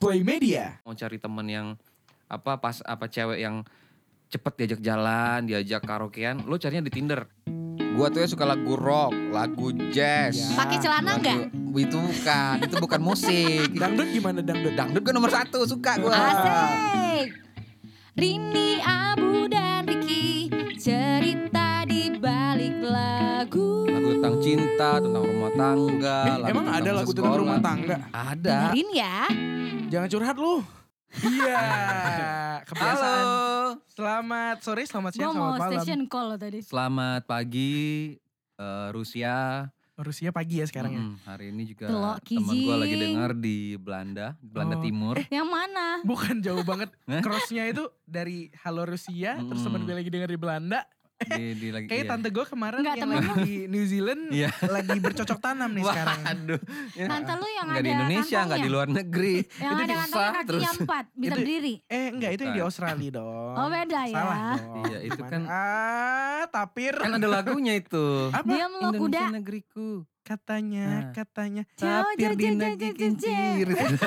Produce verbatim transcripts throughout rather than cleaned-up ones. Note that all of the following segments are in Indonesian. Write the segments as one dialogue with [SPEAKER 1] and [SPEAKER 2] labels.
[SPEAKER 1] Gateway Media.
[SPEAKER 2] Mau cari temen yang apa pas apa cewek yang cepet diajak jalan, diajak karaokean, lo carinya di Tinder. Gua tuh ya suka lagu rock, lagu jazz.
[SPEAKER 1] Ya.
[SPEAKER 3] Pakai celana enggak?
[SPEAKER 2] Itu bukan, itu bukan musik.
[SPEAKER 1] Dangdut gimana dangdut?
[SPEAKER 2] Dangdut kan nomor satu, suka gua.
[SPEAKER 3] Asik. Rini, Abu dan Ricky, cerita di balik lagu.
[SPEAKER 2] Lagu tentang cinta, tentang rumah tangga.
[SPEAKER 1] Eh,
[SPEAKER 2] lagu
[SPEAKER 1] emang
[SPEAKER 2] tentang
[SPEAKER 1] ada lagu tentang
[SPEAKER 2] sekolah.
[SPEAKER 1] rumah tangga?
[SPEAKER 2] Ada.
[SPEAKER 3] Dengerin ya.
[SPEAKER 1] Jangan curhat lu. Iya, kebiasaan.
[SPEAKER 2] Halo.
[SPEAKER 1] Selamat sore, selamat siang,
[SPEAKER 3] Gue mau
[SPEAKER 1] selamat malam.
[SPEAKER 3] station call lo tadi.
[SPEAKER 2] Selamat pagi eh, Rusia.
[SPEAKER 1] Rusia pagi ya sekarang ya.
[SPEAKER 2] Mm-mm, hari ini juga
[SPEAKER 3] Telok
[SPEAKER 2] teman gue lagi
[SPEAKER 3] kijing.
[SPEAKER 2] dengar di Belanda, Belanda
[SPEAKER 1] Oh.
[SPEAKER 2] Timur.
[SPEAKER 3] Yang mana?
[SPEAKER 1] Bukan jauh banget.
[SPEAKER 2] Hah?
[SPEAKER 1] Crossnya itu dari Halo Rusia, terus
[SPEAKER 2] Mm-mm.
[SPEAKER 1] temen gue lagi denger di Belanda.
[SPEAKER 2] Di, di lagi.
[SPEAKER 1] Kayak
[SPEAKER 2] iya.
[SPEAKER 1] tante gue kemarin
[SPEAKER 3] Enggak,
[SPEAKER 1] yang
[SPEAKER 3] temen
[SPEAKER 1] lagi di New Zealand
[SPEAKER 2] Iya.
[SPEAKER 1] lagi bercocok tanam nih sekarang.
[SPEAKER 2] Waduh. Ya.
[SPEAKER 3] Tante lu yang
[SPEAKER 2] Nggak
[SPEAKER 3] ada
[SPEAKER 2] di Indonesia, nggak
[SPEAKER 3] kantongnya.
[SPEAKER 2] di luar negeri.
[SPEAKER 3] Yang
[SPEAKER 2] Itu
[SPEAKER 3] ada
[SPEAKER 2] susah
[SPEAKER 3] kantongnya kakinya
[SPEAKER 2] terus.
[SPEAKER 3] empat, bisa
[SPEAKER 1] Itu-
[SPEAKER 3] berdiri.
[SPEAKER 1] Eh enggak, itu yang di
[SPEAKER 2] Bukan.
[SPEAKER 1] Australia dong.
[SPEAKER 3] Oh, beda ya.
[SPEAKER 1] Salah dong.
[SPEAKER 2] Iya, itu
[SPEAKER 1] Gimana?
[SPEAKER 2] kan-
[SPEAKER 1] Ah, tapir.
[SPEAKER 2] Kan ada lagunya itu.
[SPEAKER 1] Apa?
[SPEAKER 3] Diam lo
[SPEAKER 2] Indonesia
[SPEAKER 3] kuda.
[SPEAKER 2] negeriku.
[SPEAKER 1] Katanya,
[SPEAKER 2] Nah.
[SPEAKER 1] katanya.
[SPEAKER 3] Jauh,
[SPEAKER 2] Tapir
[SPEAKER 3] jauh,
[SPEAKER 2] di
[SPEAKER 3] jauh,
[SPEAKER 2] negeri
[SPEAKER 3] jauh, jauh,
[SPEAKER 2] kincir.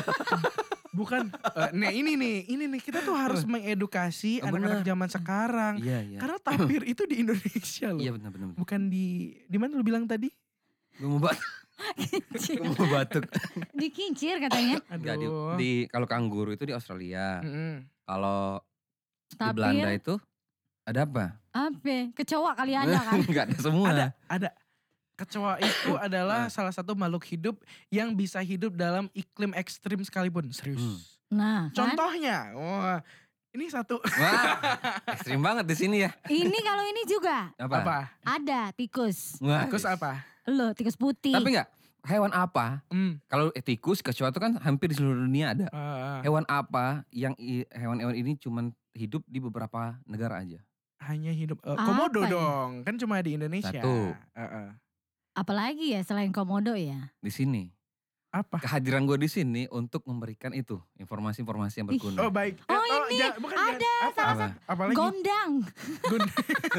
[SPEAKER 1] Bukan. Eh, nah ini nih, ini nih. Kita tuh harus mengedukasi
[SPEAKER 2] Oh,
[SPEAKER 1] anak-anak
[SPEAKER 2] bener.
[SPEAKER 1] zaman sekarang.
[SPEAKER 2] Iya, iya.
[SPEAKER 1] Karena tapir itu di Indonesia loh.
[SPEAKER 2] Iya benar benar.
[SPEAKER 1] Bukan di, di mana lu bilang tadi?
[SPEAKER 2] Gue mau batuk. Gue mau batuk.
[SPEAKER 3] Dikincir katanya.
[SPEAKER 2] Enggak di,
[SPEAKER 1] Aduh.
[SPEAKER 2] di kalau kanguru itu di Australia.
[SPEAKER 1] Mm-mm.
[SPEAKER 2] Kalau di
[SPEAKER 3] Tapi
[SPEAKER 2] Belanda itu ada apa?
[SPEAKER 3] apa? Kecoa kali ada kan?
[SPEAKER 2] Enggak ada semua.
[SPEAKER 1] Ada, ada. Kecoa itu adalah salah satu makhluk hidup yang bisa hidup dalam iklim ekstrim sekalipun. Serius.
[SPEAKER 2] Hmm.
[SPEAKER 3] Nah, kan?
[SPEAKER 1] Contohnya, wah, ini satu.
[SPEAKER 2] Wah, ekstrim banget di sini ya.
[SPEAKER 3] Ini kalau ini juga
[SPEAKER 2] Apa?
[SPEAKER 1] Apa?
[SPEAKER 3] ada tikus.
[SPEAKER 2] Wah,
[SPEAKER 1] Tikus apa?
[SPEAKER 3] Lo tikus putih.
[SPEAKER 2] Tapi enggak, hewan apa?
[SPEAKER 1] Hmm.
[SPEAKER 2] Kalau eh, tikus, kecoa itu kan hampir di seluruh dunia ada.
[SPEAKER 1] ah, ah.
[SPEAKER 2] Hewan apa yang i- hewan-hewan ini cuman hidup di beberapa negara aja?
[SPEAKER 1] Hanya hidup. eh,
[SPEAKER 3] Apa
[SPEAKER 1] komodo
[SPEAKER 3] ya?
[SPEAKER 1] dong, kan cuma di Indonesia.
[SPEAKER 2] Satu.
[SPEAKER 1] Ah, ah.
[SPEAKER 3] Apalagi ya selain komodo ya.
[SPEAKER 2] Di sini.
[SPEAKER 1] Apa?
[SPEAKER 2] Kehadiran gue di sini untuk memberikan itu informasi-informasi yang berguna.
[SPEAKER 1] Oh baik.
[SPEAKER 3] Oh,
[SPEAKER 1] Eh,
[SPEAKER 3] ini
[SPEAKER 1] jangan- bukan,
[SPEAKER 3] ada
[SPEAKER 1] jangan. Apa?
[SPEAKER 2] salah
[SPEAKER 1] Apa?
[SPEAKER 2] satu.
[SPEAKER 1] Apalagi?
[SPEAKER 3] Gondang.
[SPEAKER 1] Gon-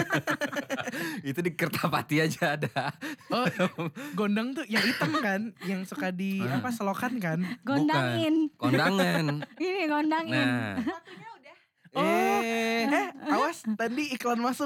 [SPEAKER 2] Itu di Kertapati aja ada.
[SPEAKER 1] oh, gondang tuh yang hitam kan, yang suka di
[SPEAKER 2] Ah.
[SPEAKER 1] apa selokan kan?
[SPEAKER 3] Gondangin.
[SPEAKER 2] Kondangan.
[SPEAKER 3] Ini gondangin.
[SPEAKER 2] Nah.
[SPEAKER 1] Oh,
[SPEAKER 2] Eh,
[SPEAKER 1] Eh, awas tadi iklan masuk.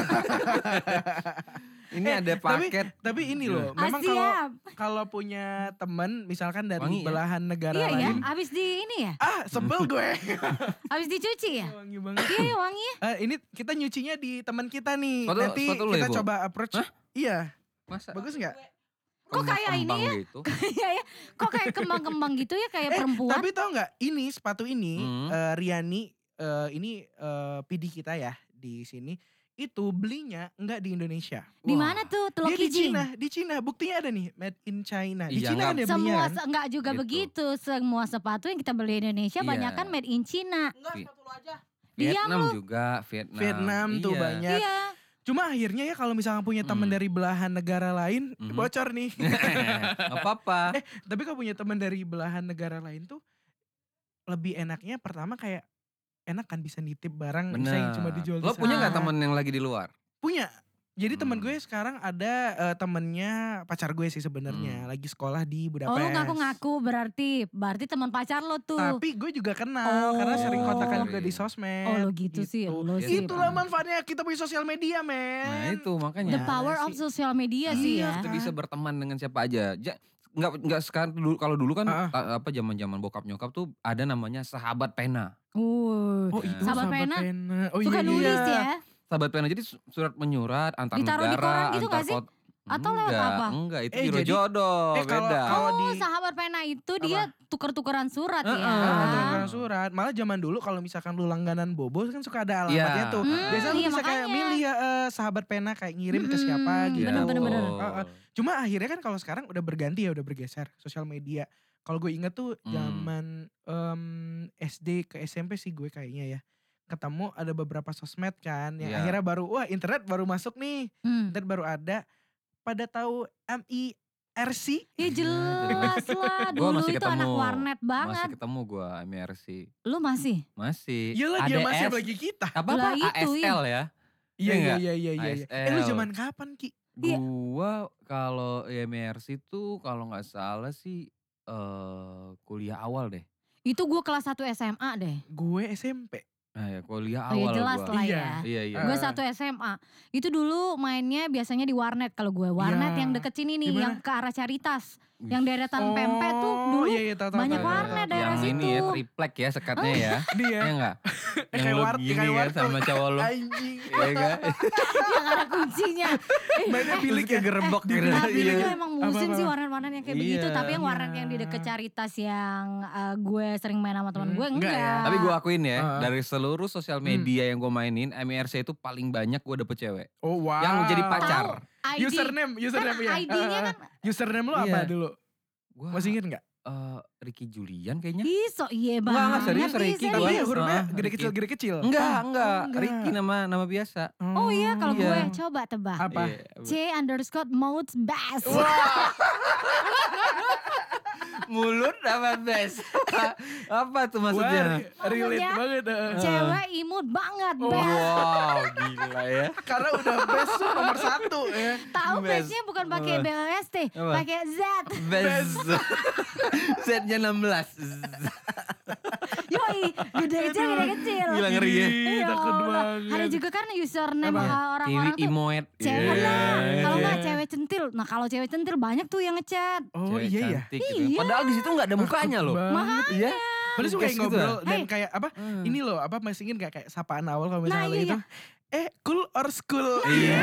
[SPEAKER 2] ini
[SPEAKER 1] Eh,
[SPEAKER 2] ada
[SPEAKER 1] tapi-
[SPEAKER 2] paket.
[SPEAKER 1] Tapi ini loh,
[SPEAKER 3] Ah,
[SPEAKER 1] memang kalau
[SPEAKER 3] siap.
[SPEAKER 1] kalau punya teman misalkan dari
[SPEAKER 2] Wangi ya?
[SPEAKER 1] belahan negara
[SPEAKER 3] Iya ya,
[SPEAKER 1] lain,
[SPEAKER 3] abis di ini ya.
[SPEAKER 1] ah sebel gue.
[SPEAKER 3] Abis dicuci ya.
[SPEAKER 1] Wangi banget.
[SPEAKER 3] Iya ya wangi ya.
[SPEAKER 1] Eh, ini kita nyucinya di teman kita nih.
[SPEAKER 2] Sepatu-
[SPEAKER 1] Nanti
[SPEAKER 2] sepatu lu
[SPEAKER 1] kita
[SPEAKER 2] ya, Bu?
[SPEAKER 1] coba approach.
[SPEAKER 2] Hah?
[SPEAKER 1] Iya,
[SPEAKER 2] Masa?
[SPEAKER 1] bagus nggak?
[SPEAKER 3] Kok kayak ini
[SPEAKER 2] Kembang
[SPEAKER 3] ya?
[SPEAKER 2] gitu.
[SPEAKER 3] Iya ya. Kok kayak kembang-kembang gitu ya kayak
[SPEAKER 1] Eh,
[SPEAKER 3] perempuan.
[SPEAKER 1] tapi tau nggak? Ini sepatu ini
[SPEAKER 2] Hmm.
[SPEAKER 1] eh, Riani eh, ini eh, P D kita ya di sini itu belinya nggak di Indonesia.
[SPEAKER 3] Di
[SPEAKER 2] Wah.
[SPEAKER 3] mana tuh Teluk
[SPEAKER 1] Dia di
[SPEAKER 3] Kijing?
[SPEAKER 1] Cina, di Cina. Buktinya ada nih, made in China. Di
[SPEAKER 2] Iya,
[SPEAKER 1] Cina kan
[SPEAKER 2] nggak-
[SPEAKER 1] dia belinya
[SPEAKER 3] Semua
[SPEAKER 1] kan?
[SPEAKER 3] se- enggak juga
[SPEAKER 2] Gitu.
[SPEAKER 3] begitu. Semua sepatu yang kita beli di Indonesia
[SPEAKER 2] Iya.
[SPEAKER 3] banyak kan made in Cina.
[SPEAKER 1] Enggak,
[SPEAKER 2] Vi-
[SPEAKER 1] sepatu lo aja.
[SPEAKER 3] Diam
[SPEAKER 2] Vietnam
[SPEAKER 3] lu.
[SPEAKER 2] juga, Vietnam.
[SPEAKER 1] Vietnam tuh
[SPEAKER 2] Iya.
[SPEAKER 1] banyak.
[SPEAKER 3] Iya.
[SPEAKER 1] Cuma akhirnya ya kalau misalnya punya teman
[SPEAKER 2] Hmm.
[SPEAKER 1] dari belahan negara lain,
[SPEAKER 2] Mhm.
[SPEAKER 1] bocor nih.
[SPEAKER 2] Gak apa-apa.
[SPEAKER 1] Eh, tapi kalau punya teman dari belahan negara lain tuh lebih enaknya pertama kayak enak kan bisa nitip barang bisa yang
[SPEAKER 2] Bener.
[SPEAKER 1] cuma dijual di
[SPEAKER 2] Lo punya
[SPEAKER 1] sana.
[SPEAKER 2] gak temen yang lagi di luar?
[SPEAKER 1] Punya. Jadi teman
[SPEAKER 2] Hmm.
[SPEAKER 1] gue sekarang ada eh, temennya pacar gue sih sebenarnya
[SPEAKER 2] Hmm.
[SPEAKER 1] lagi sekolah di Budapest.
[SPEAKER 3] Oh lu ngaku-ngaku berarti. Berarti teman pacar lo tuh.
[SPEAKER 1] Tapi gue juga kenal
[SPEAKER 3] Oh.
[SPEAKER 1] karena sering kontakan juga
[SPEAKER 2] Sering.
[SPEAKER 1] di sosmed.
[SPEAKER 3] Oh, lo gitu sih, lo
[SPEAKER 2] sih.
[SPEAKER 1] Itulah manfaatnya kita punya sosial media, men.
[SPEAKER 2] Nah itu makanya.
[SPEAKER 3] The power
[SPEAKER 1] sih.
[SPEAKER 3] of social media sih
[SPEAKER 2] Iya,
[SPEAKER 3] ya.
[SPEAKER 2] kita bisa berteman dengan siapa aja. Ja, nggak nggak sekarang dulu kalau dulu kan
[SPEAKER 1] Ah, ah.
[SPEAKER 2] ta- apa zaman-zaman bokap nyokap tuh ada namanya sahabat pena.
[SPEAKER 3] Uh,
[SPEAKER 1] Oh itu
[SPEAKER 3] Sahabat
[SPEAKER 1] sahabat
[SPEAKER 3] pena.
[SPEAKER 1] pena. Oh
[SPEAKER 3] suka
[SPEAKER 1] iya,
[SPEAKER 3] nulis
[SPEAKER 1] iya.
[SPEAKER 3] ya.
[SPEAKER 2] Sahabat pena jadi su- surat menyurat antar
[SPEAKER 3] Ditaruh di
[SPEAKER 2] negara,
[SPEAKER 3] koran gitu
[SPEAKER 2] antar
[SPEAKER 3] nggak sih?
[SPEAKER 2] kot-
[SPEAKER 3] Atau lewat
[SPEAKER 2] enggak,
[SPEAKER 3] apa?
[SPEAKER 2] Enggak, itu
[SPEAKER 1] Eh,
[SPEAKER 2] biro
[SPEAKER 1] jadi-
[SPEAKER 2] jodoh,
[SPEAKER 1] eh, kalau-
[SPEAKER 2] beda.
[SPEAKER 1] kalau
[SPEAKER 3] Oh
[SPEAKER 1] di-
[SPEAKER 3] sahabat pena itu dia tuker-tukeran surat
[SPEAKER 2] Heeh.
[SPEAKER 3] ya.
[SPEAKER 1] Ah, tukang surat. Malah zaman dulu kalau misalkan lu langganan Bobo kan suka ada alamatnya
[SPEAKER 2] Iya.
[SPEAKER 1] tuh.
[SPEAKER 3] Hmm,
[SPEAKER 1] Biasanya lu
[SPEAKER 3] iya,
[SPEAKER 1] bisa kayak
[SPEAKER 3] makanya.
[SPEAKER 1] milih ya eh, sahabat pena kayak ngirim ke
[SPEAKER 3] Hmm,
[SPEAKER 1] siapa gitu.
[SPEAKER 3] bener, bener, bener.
[SPEAKER 2] Oh.
[SPEAKER 1] Ah, ah. Cuma akhirnya kan kalau sekarang udah berganti ya, udah bergeser sosial media. Kalau gue inget tuh
[SPEAKER 2] Hmm.
[SPEAKER 1] zaman em, S D ke S M P sih gue kayaknya ya. Ketemu ada beberapa sosmed kan yang
[SPEAKER 2] Iya.
[SPEAKER 1] akhirnya baru wah internet baru masuk nih.
[SPEAKER 3] Hmm.
[SPEAKER 1] Internet baru ada. Pada tahu M I R C?
[SPEAKER 3] Ya jelas lah.
[SPEAKER 2] Gua
[SPEAKER 3] Dulu
[SPEAKER 2] masih
[SPEAKER 3] itu anak
[SPEAKER 2] ketemu.
[SPEAKER 3] warnet banget.
[SPEAKER 2] Masih ketemu gue M R C.
[SPEAKER 3] Lu masih?
[SPEAKER 2] Masih.
[SPEAKER 1] Iya lagi ya
[SPEAKER 2] A D S.
[SPEAKER 1] masih bagi kita.
[SPEAKER 2] Apa
[SPEAKER 3] Lah
[SPEAKER 2] apa
[SPEAKER 3] itu,
[SPEAKER 2] A S L ya?
[SPEAKER 1] Iya
[SPEAKER 2] Iya
[SPEAKER 1] iya
[SPEAKER 2] nggak?
[SPEAKER 1] iya iya iya. iya. Eh lu
[SPEAKER 2] A S L.
[SPEAKER 1] zaman kapan Ki?
[SPEAKER 3] Iya.
[SPEAKER 2] Gua kalau M R C tuh kalau nggak salah sih eh kuliah awal deh.
[SPEAKER 3] Itu gue kelas satu S M A deh.
[SPEAKER 1] Gue S M P.
[SPEAKER 2] Nah ya kuliah
[SPEAKER 3] Oh ya
[SPEAKER 2] awal
[SPEAKER 3] jelas
[SPEAKER 2] gua.
[SPEAKER 3] lah
[SPEAKER 1] Iya.
[SPEAKER 3] ya.
[SPEAKER 2] Iya iya.
[SPEAKER 3] Gue
[SPEAKER 1] Eh.
[SPEAKER 3] satu S M A. Itu dulu mainnya biasanya di warnet kalau gue. Warnet
[SPEAKER 1] Iya.
[SPEAKER 3] yang deket sini nih,
[SPEAKER 1] Di mana?
[SPEAKER 3] yang ke arah Caritas.
[SPEAKER 2] Wih.
[SPEAKER 3] Yang deretan pempek tuh dulu
[SPEAKER 1] iya, iya, tahu, tahu,
[SPEAKER 3] banyak
[SPEAKER 1] tahu, tahu,
[SPEAKER 3] warnet
[SPEAKER 1] tahu.
[SPEAKER 3] daerah
[SPEAKER 2] Yang ini ya
[SPEAKER 3] situ.
[SPEAKER 2] triplek ya sekatnya ya.
[SPEAKER 1] Dia.
[SPEAKER 2] Iya enggak?
[SPEAKER 1] Eh,
[SPEAKER 2] Yang
[SPEAKER 1] kayak
[SPEAKER 2] lu
[SPEAKER 1] war-
[SPEAKER 2] gini
[SPEAKER 1] kayak
[SPEAKER 2] ya
[SPEAKER 1] warteg.
[SPEAKER 2] sama cowok lu.
[SPEAKER 1] Anjing.
[SPEAKER 2] Iya kan?
[SPEAKER 3] Yang ada kuncinya. Eh,
[SPEAKER 1] Mainnya
[SPEAKER 3] eh,
[SPEAKER 1] bilik ya.
[SPEAKER 2] Kegerebek gitu.
[SPEAKER 3] Tapi
[SPEAKER 2] Iya.
[SPEAKER 3] itu emang musim
[SPEAKER 1] Apa-apa?
[SPEAKER 3] sih warnet-warnet yang kayak begitu.
[SPEAKER 2] Iya.
[SPEAKER 3] Tapi yang warnet
[SPEAKER 1] Iya.
[SPEAKER 3] yang di deket Caritas yang eh, gue sering main sama teman
[SPEAKER 1] Hmm,
[SPEAKER 3] gue
[SPEAKER 1] enggak
[SPEAKER 3] enggak.
[SPEAKER 1] ya?
[SPEAKER 2] Tapi gue akuin ya,
[SPEAKER 1] Heeh.
[SPEAKER 2] dari seluruh sosial media yang gue mainin, M I R C itu paling banyak gue dapet cewek.
[SPEAKER 1] Oh wow.
[SPEAKER 2] Yang jadi pacar.
[SPEAKER 3] Tahu I D.
[SPEAKER 1] Username, username
[SPEAKER 3] Kan
[SPEAKER 1] ya.
[SPEAKER 3] I D-nya
[SPEAKER 1] Eh,
[SPEAKER 3] kan
[SPEAKER 1] username lu
[SPEAKER 2] Iya.
[SPEAKER 1] apa dulu?
[SPEAKER 2] Gua
[SPEAKER 1] Masih inget gak?
[SPEAKER 2] eh, Ricky Julian kayaknya.
[SPEAKER 3] Ih, so iya
[SPEAKER 2] Enggak, enggak,
[SPEAKER 3] banget.
[SPEAKER 2] serius,
[SPEAKER 3] Ih,
[SPEAKER 2] Ricky
[SPEAKER 3] serius.
[SPEAKER 2] gua.
[SPEAKER 1] Tapi hurufnya
[SPEAKER 2] Ah,
[SPEAKER 1] gede
[SPEAKER 2] Ricky.
[SPEAKER 1] kecil, gede kecil.
[SPEAKER 2] Enggak,
[SPEAKER 1] Oh,
[SPEAKER 2] enggak.
[SPEAKER 1] enggak.
[SPEAKER 2] Ricky nama nama biasa.
[SPEAKER 3] Oh iya, kalau
[SPEAKER 2] Iya.
[SPEAKER 3] gue coba tebak.
[SPEAKER 1] Apa?
[SPEAKER 2] Iya.
[SPEAKER 3] C underscore mouth bass.
[SPEAKER 1] Wah.
[SPEAKER 2] Mulut apa best? Apa tuh maksudnya?
[SPEAKER 1] Wah, relate
[SPEAKER 3] Maksudnya,
[SPEAKER 1] banget. eh.
[SPEAKER 3] Cewek imut banget,
[SPEAKER 1] Oh,
[SPEAKER 3] Bes.
[SPEAKER 2] Wow, gila ya.
[SPEAKER 1] Karena udah best tuh nomor satu ya.
[SPEAKER 3] Tahu
[SPEAKER 2] Bes.
[SPEAKER 3] base-nya bukan pakai
[SPEAKER 2] Apa?
[SPEAKER 3] B L S T,
[SPEAKER 2] Apa?
[SPEAKER 3] pakai Z.
[SPEAKER 2] Best. Setnya enam belas.
[SPEAKER 3] Yoi, gede kecil, gede kecil.
[SPEAKER 2] Gila ngeri ya.
[SPEAKER 1] Ih,
[SPEAKER 3] Ya
[SPEAKER 1] takut
[SPEAKER 3] Allah.
[SPEAKER 1] banget.
[SPEAKER 3] Ada juga kan username
[SPEAKER 1] Apa?
[SPEAKER 3] uh,
[SPEAKER 2] Kiwi
[SPEAKER 3] orang-orang tuh
[SPEAKER 2] Imoet.
[SPEAKER 3] cewek
[SPEAKER 2] Iya.
[SPEAKER 3] lah. Kalau
[SPEAKER 1] Iya.
[SPEAKER 3] nggak cewek centil. Nah kalau cewek centil banyak tuh yang ngechat.
[SPEAKER 1] Oh
[SPEAKER 2] Cewek
[SPEAKER 1] iya ya.
[SPEAKER 2] cantik gitu.
[SPEAKER 3] Iya.
[SPEAKER 2] Padahal di situ nggak ada mukanya loh.
[SPEAKER 1] Banget.
[SPEAKER 2] Iya.
[SPEAKER 1] Padahal suka
[SPEAKER 2] Podcast gitu
[SPEAKER 1] ngobrol dan
[SPEAKER 3] Hey.
[SPEAKER 1] kayak apa?
[SPEAKER 2] Hmm.
[SPEAKER 1] Ini loh, apa masih ingin gak kayak sapaan awal kalau
[SPEAKER 3] Nah,
[SPEAKER 1] misalnya
[SPEAKER 3] iya,
[SPEAKER 1] itu. Eh, cool or school?
[SPEAKER 2] Iya.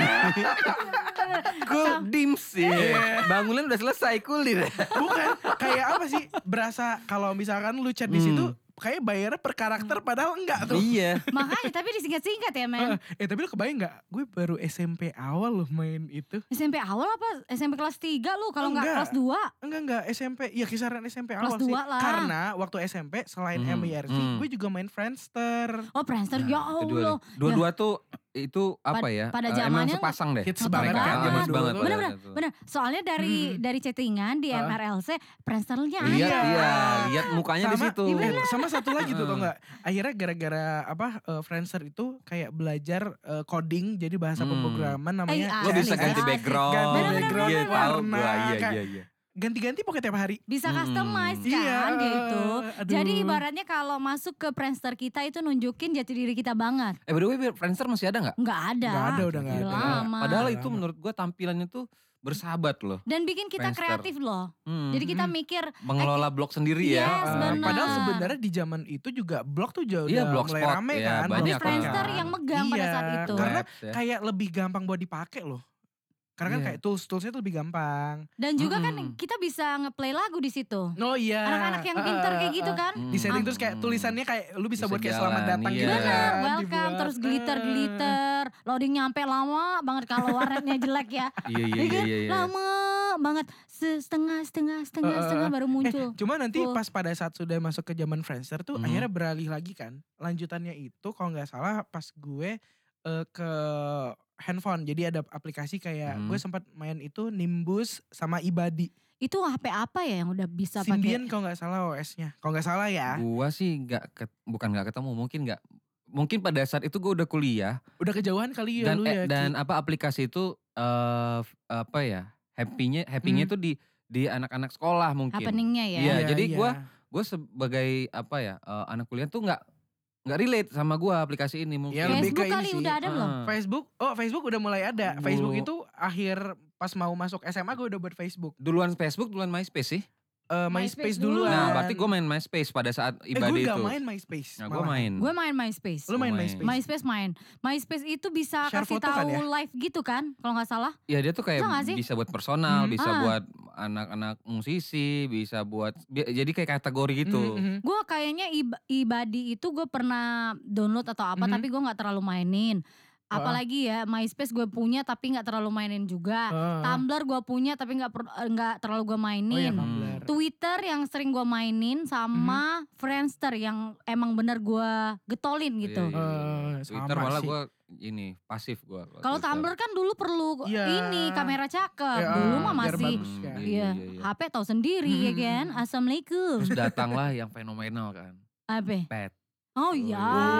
[SPEAKER 2] Cool
[SPEAKER 3] Sama-
[SPEAKER 2] dims sih.
[SPEAKER 1] Iya.
[SPEAKER 2] Bangunan udah selesai kulir.
[SPEAKER 1] Bukan, kayak apa sih? Berasa kalau misalkan lu chat di
[SPEAKER 2] Hmm.
[SPEAKER 1] situ kayak bayarnya per karakter padahal enggak tuh.
[SPEAKER 2] Iya.
[SPEAKER 3] Makanya tapi disingkat-singkat ya men.
[SPEAKER 1] Eh tapi lu kebayang gak? Gue baru S M P awal loh main itu.
[SPEAKER 3] S M P awal apa? S M P kelas tiga lu kalau nggak
[SPEAKER 1] Enggak.
[SPEAKER 3] kelas dua.
[SPEAKER 1] Enggak enggak S M P, ya kisaran S M P
[SPEAKER 3] Kelas
[SPEAKER 1] awal sih.
[SPEAKER 3] dua lah.
[SPEAKER 1] Karena waktu S M P selain
[SPEAKER 2] Hmm,
[SPEAKER 1] M I R C,
[SPEAKER 2] hmm.
[SPEAKER 1] gue juga main Friendster.
[SPEAKER 3] Oh Friendster, ya
[SPEAKER 2] Nah, itu dua
[SPEAKER 3] Allah.
[SPEAKER 2] deh. Dua-dua tuh itu apa
[SPEAKER 3] Pad-
[SPEAKER 2] ya?
[SPEAKER 3] pada
[SPEAKER 2] eh, emang
[SPEAKER 3] zamannya
[SPEAKER 2] sepasang deh.
[SPEAKER 1] Hits
[SPEAKER 3] Hits
[SPEAKER 1] banget
[SPEAKER 3] banget.
[SPEAKER 1] kan
[SPEAKER 3] Ah,
[SPEAKER 1] zaman
[SPEAKER 2] hits
[SPEAKER 1] dulu
[SPEAKER 2] banget.
[SPEAKER 1] tuh.
[SPEAKER 3] Bener
[SPEAKER 2] pada
[SPEAKER 3] bener
[SPEAKER 2] saat itu.
[SPEAKER 3] bener. Soalnya dari
[SPEAKER 1] Hmm.
[SPEAKER 3] dari chattingan di
[SPEAKER 1] Ah.
[SPEAKER 3] M R L C, Friendsternya ada.
[SPEAKER 2] Lihat,
[SPEAKER 1] Iya.
[SPEAKER 2] iya, lihat mukanya di
[SPEAKER 1] Sama-
[SPEAKER 2] situ.
[SPEAKER 1] eh, sama satu lagi tuh tau
[SPEAKER 2] Heeh.
[SPEAKER 1] gak? Akhirnya gara-gara apa eh, Friendster itu kayak belajar eh, coding jadi bahasa
[SPEAKER 2] Hmm.
[SPEAKER 1] pemrograman namanya.
[SPEAKER 3] Eh,
[SPEAKER 2] Lo
[SPEAKER 3] asik,
[SPEAKER 2] bisa
[SPEAKER 3] asik.
[SPEAKER 2] ganti background.
[SPEAKER 1] Ganti
[SPEAKER 3] Bener, bener,
[SPEAKER 1] background,
[SPEAKER 3] bener,
[SPEAKER 2] Iya, tahu
[SPEAKER 1] warna,
[SPEAKER 2] gua. Iya,
[SPEAKER 1] kayak
[SPEAKER 2] iya, iya.
[SPEAKER 1] ganti-ganti pokoknya tiap hari.
[SPEAKER 3] Bisa
[SPEAKER 2] Hmm.
[SPEAKER 3] customize kan
[SPEAKER 1] Iya,
[SPEAKER 3] dia itu.
[SPEAKER 1] aduh.
[SPEAKER 3] Jadi ibaratnya kalau masuk ke Friendster kita itu nunjukin jati diri kita banget.
[SPEAKER 2] Eh by the way, Friendster masih ada nggak?
[SPEAKER 3] Nggak ada.
[SPEAKER 1] Nggak ada, udah nggak
[SPEAKER 3] Udah
[SPEAKER 1] ada.
[SPEAKER 3] lama.
[SPEAKER 2] Padahal
[SPEAKER 1] Udah
[SPEAKER 2] itu
[SPEAKER 1] lama.
[SPEAKER 2] menurut gua tampilannya tuh bersahabat loh.
[SPEAKER 3] Dan bikin kita
[SPEAKER 2] Friendster.
[SPEAKER 3] kreatif loh.
[SPEAKER 2] Hmm.
[SPEAKER 3] Jadi kita
[SPEAKER 1] Hmm.
[SPEAKER 3] mikir,
[SPEAKER 2] mengelola blog sendiri ya.
[SPEAKER 3] Yes,
[SPEAKER 1] Eh,
[SPEAKER 3] bener.
[SPEAKER 1] padahal sebenarnya di zaman itu juga blog tuh jauh
[SPEAKER 2] Iya,
[SPEAKER 1] udah mulai
[SPEAKER 2] Blogspot,
[SPEAKER 1] rame
[SPEAKER 2] ya,
[SPEAKER 1] kan.
[SPEAKER 2] banyak
[SPEAKER 3] tapi
[SPEAKER 1] Blogspot
[SPEAKER 3] Friendster
[SPEAKER 1] kan.
[SPEAKER 3] yang megang pada
[SPEAKER 1] Iya,
[SPEAKER 3] saat itu.
[SPEAKER 1] Karena
[SPEAKER 2] Webs ya.
[SPEAKER 1] kayak lebih gampang buat dipakai loh. Karena kan
[SPEAKER 2] Iya.
[SPEAKER 1] kayak tools-toolsnya tuh lebih gampang.
[SPEAKER 3] Dan juga kan
[SPEAKER 2] Mm-mm.
[SPEAKER 3] kita bisa ngeplay lagu di situ.
[SPEAKER 1] Oh iya.
[SPEAKER 3] Anak-anak yang
[SPEAKER 1] Eh,
[SPEAKER 3] pinter
[SPEAKER 1] eh,
[SPEAKER 3] kayak
[SPEAKER 1] eh,
[SPEAKER 3] gitu
[SPEAKER 1] eh.
[SPEAKER 3] kan.
[SPEAKER 2] Hmm.
[SPEAKER 1] Di setting
[SPEAKER 3] Ah.
[SPEAKER 1] terus kayak tulisannya kayak lu bisa,
[SPEAKER 2] Bisa
[SPEAKER 1] buat kayak selamat
[SPEAKER 2] jalan,
[SPEAKER 1] datang
[SPEAKER 2] iya.
[SPEAKER 1] gitu
[SPEAKER 3] Bener,
[SPEAKER 1] kan.
[SPEAKER 3] welcome
[SPEAKER 1] dibuat.
[SPEAKER 3] terus glitter-glitter. Loading nyampe lama banget kalau warnetnya jelek ya.
[SPEAKER 2] Iya, iya,
[SPEAKER 3] Iya
[SPEAKER 2] iya,
[SPEAKER 3] kan?
[SPEAKER 2] iya, iya.
[SPEAKER 3] Lama banget. Se- Setengah, setengah, setengah,
[SPEAKER 1] Eh, eh,
[SPEAKER 3] setengah
[SPEAKER 1] eh.
[SPEAKER 3] baru muncul.
[SPEAKER 1] Cuma nanti
[SPEAKER 3] Full.
[SPEAKER 1] pas pada saat sudah masuk ke zaman Friendster tuh
[SPEAKER 2] Mhm.
[SPEAKER 1] akhirnya beralih lagi kan. Lanjutannya itu kalau nggak salah pas gue eh, ke handphone. Jadi ada aplikasi kayak
[SPEAKER 2] Mhm.
[SPEAKER 1] gue sempat main itu Nimbus sama Ibadi.
[SPEAKER 3] Itu H P apa ya yang udah bisa pakai?
[SPEAKER 1] Symbian kalau nggak salah O S-nya. Kalau nggak salah ya.
[SPEAKER 2] Gua sih nggak ket- bukan nggak ketemu, mungkin nggak. Mungkin pada saat itu gue udah kuliah
[SPEAKER 1] Udah kejauhan kali ya
[SPEAKER 2] dan
[SPEAKER 1] lu
[SPEAKER 2] eh,
[SPEAKER 1] ya.
[SPEAKER 2] dan
[SPEAKER 1] Ki.
[SPEAKER 2] apa aplikasi itu eh apa ya? Happy-nya happy-nya
[SPEAKER 1] Hmm.
[SPEAKER 2] itu di di anak-anak sekolah mungkin.
[SPEAKER 3] Happeningnya ya.
[SPEAKER 2] Iya, jadi
[SPEAKER 1] iya.
[SPEAKER 2] gua- Gue sebagai apa ya? eh, anak kuliah tuh nggak nggak relate sama gua aplikasi ini mungkin.
[SPEAKER 1] Ya, lebih
[SPEAKER 3] Facebook
[SPEAKER 1] ke ini
[SPEAKER 3] kali
[SPEAKER 1] sih.
[SPEAKER 3] udah ada belum?
[SPEAKER 2] Ah.
[SPEAKER 1] Facebook, oh Facebook udah mulai ada. Facebook
[SPEAKER 2] Gua-
[SPEAKER 1] itu akhir pas mau masuk S M A gue udah buat Facebook.
[SPEAKER 2] Duluan Facebook, duluan MySpace sih.
[SPEAKER 1] Eh,
[SPEAKER 3] MySpace
[SPEAKER 1] MySpace
[SPEAKER 3] dulu.
[SPEAKER 1] duluan.
[SPEAKER 2] Nah, berarti gue main MySpace pada saat
[SPEAKER 1] Eh gue
[SPEAKER 2] ibadah
[SPEAKER 1] gak
[SPEAKER 2] itu.
[SPEAKER 1] main MySpace.
[SPEAKER 2] Nah, gue
[SPEAKER 1] malah.
[SPEAKER 2] main.
[SPEAKER 3] Gue main MySpace.
[SPEAKER 1] Lu main
[SPEAKER 2] Main.
[SPEAKER 1] MySpace?
[SPEAKER 3] MySpace main. MySpace itu bisa
[SPEAKER 1] Share
[SPEAKER 3] kasih
[SPEAKER 1] foto
[SPEAKER 3] tahu
[SPEAKER 1] kan ya?
[SPEAKER 3] live gitu kan, kalau nggak salah.
[SPEAKER 2] Ya dia tuh kayak
[SPEAKER 3] Bisa nggak sih?
[SPEAKER 2] bisa buat personal,
[SPEAKER 1] Hmm.
[SPEAKER 2] bisa
[SPEAKER 3] Ah.
[SPEAKER 2] buat anak-anak musisi, bisa buat bi- jadi kayak kategori gitu.
[SPEAKER 1] Mhm, mhm.
[SPEAKER 3] Gue kayaknya Ib- Ibadi itu gue pernah download atau apa,
[SPEAKER 1] Mhm.
[SPEAKER 3] tapi gue nggak terlalu mainin.
[SPEAKER 1] Heeh.
[SPEAKER 3] Apalagi ya MySpace gue punya tapi nggak terlalu mainin juga.
[SPEAKER 1] Heeh.
[SPEAKER 3] Tumblr gue punya tapi nggak per- eh, nggak terlalu gue
[SPEAKER 1] Oh iya
[SPEAKER 3] mainin.
[SPEAKER 1] Tumblr.
[SPEAKER 3] Twitter yang sering gue mainin sama
[SPEAKER 1] Mhm.
[SPEAKER 3] Friendster yang emang bener gue getolin gitu.
[SPEAKER 2] Iya, iya, iya.
[SPEAKER 1] Eh,
[SPEAKER 2] Twitter
[SPEAKER 1] sama
[SPEAKER 2] malah
[SPEAKER 1] sih.
[SPEAKER 2] gue ini pasif gue.
[SPEAKER 3] Kalau Tumblr kan dulu perlu
[SPEAKER 1] Iya.
[SPEAKER 3] ini kamera cakep.
[SPEAKER 1] Ya,
[SPEAKER 3] Dulu mah
[SPEAKER 1] biar
[SPEAKER 3] masih
[SPEAKER 1] bagus kan.
[SPEAKER 3] iya, H P tahu sendiri ya kan. Assalamualaikum.
[SPEAKER 2] Terus datanglah yang fenomenal kan,
[SPEAKER 3] Apa?
[SPEAKER 2] pet.
[SPEAKER 3] Oh iya.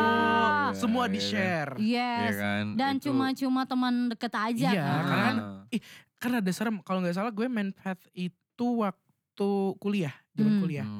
[SPEAKER 1] Oh,
[SPEAKER 2] Iya,
[SPEAKER 1] semua
[SPEAKER 2] iya
[SPEAKER 1] di
[SPEAKER 2] kan.
[SPEAKER 1] share.
[SPEAKER 2] Iya
[SPEAKER 3] Yes.
[SPEAKER 2] kan.
[SPEAKER 3] Dan
[SPEAKER 2] Itu-
[SPEAKER 3] cuma-cuma teman deket aja
[SPEAKER 1] Iya,
[SPEAKER 3] kan.
[SPEAKER 1] karena kan
[SPEAKER 2] Ah.
[SPEAKER 1] Karena ada serem. Kalau nggak salah gue main path itu waktu kuliah, zaman
[SPEAKER 3] Hmm.
[SPEAKER 1] kuliah.
[SPEAKER 2] Hmm.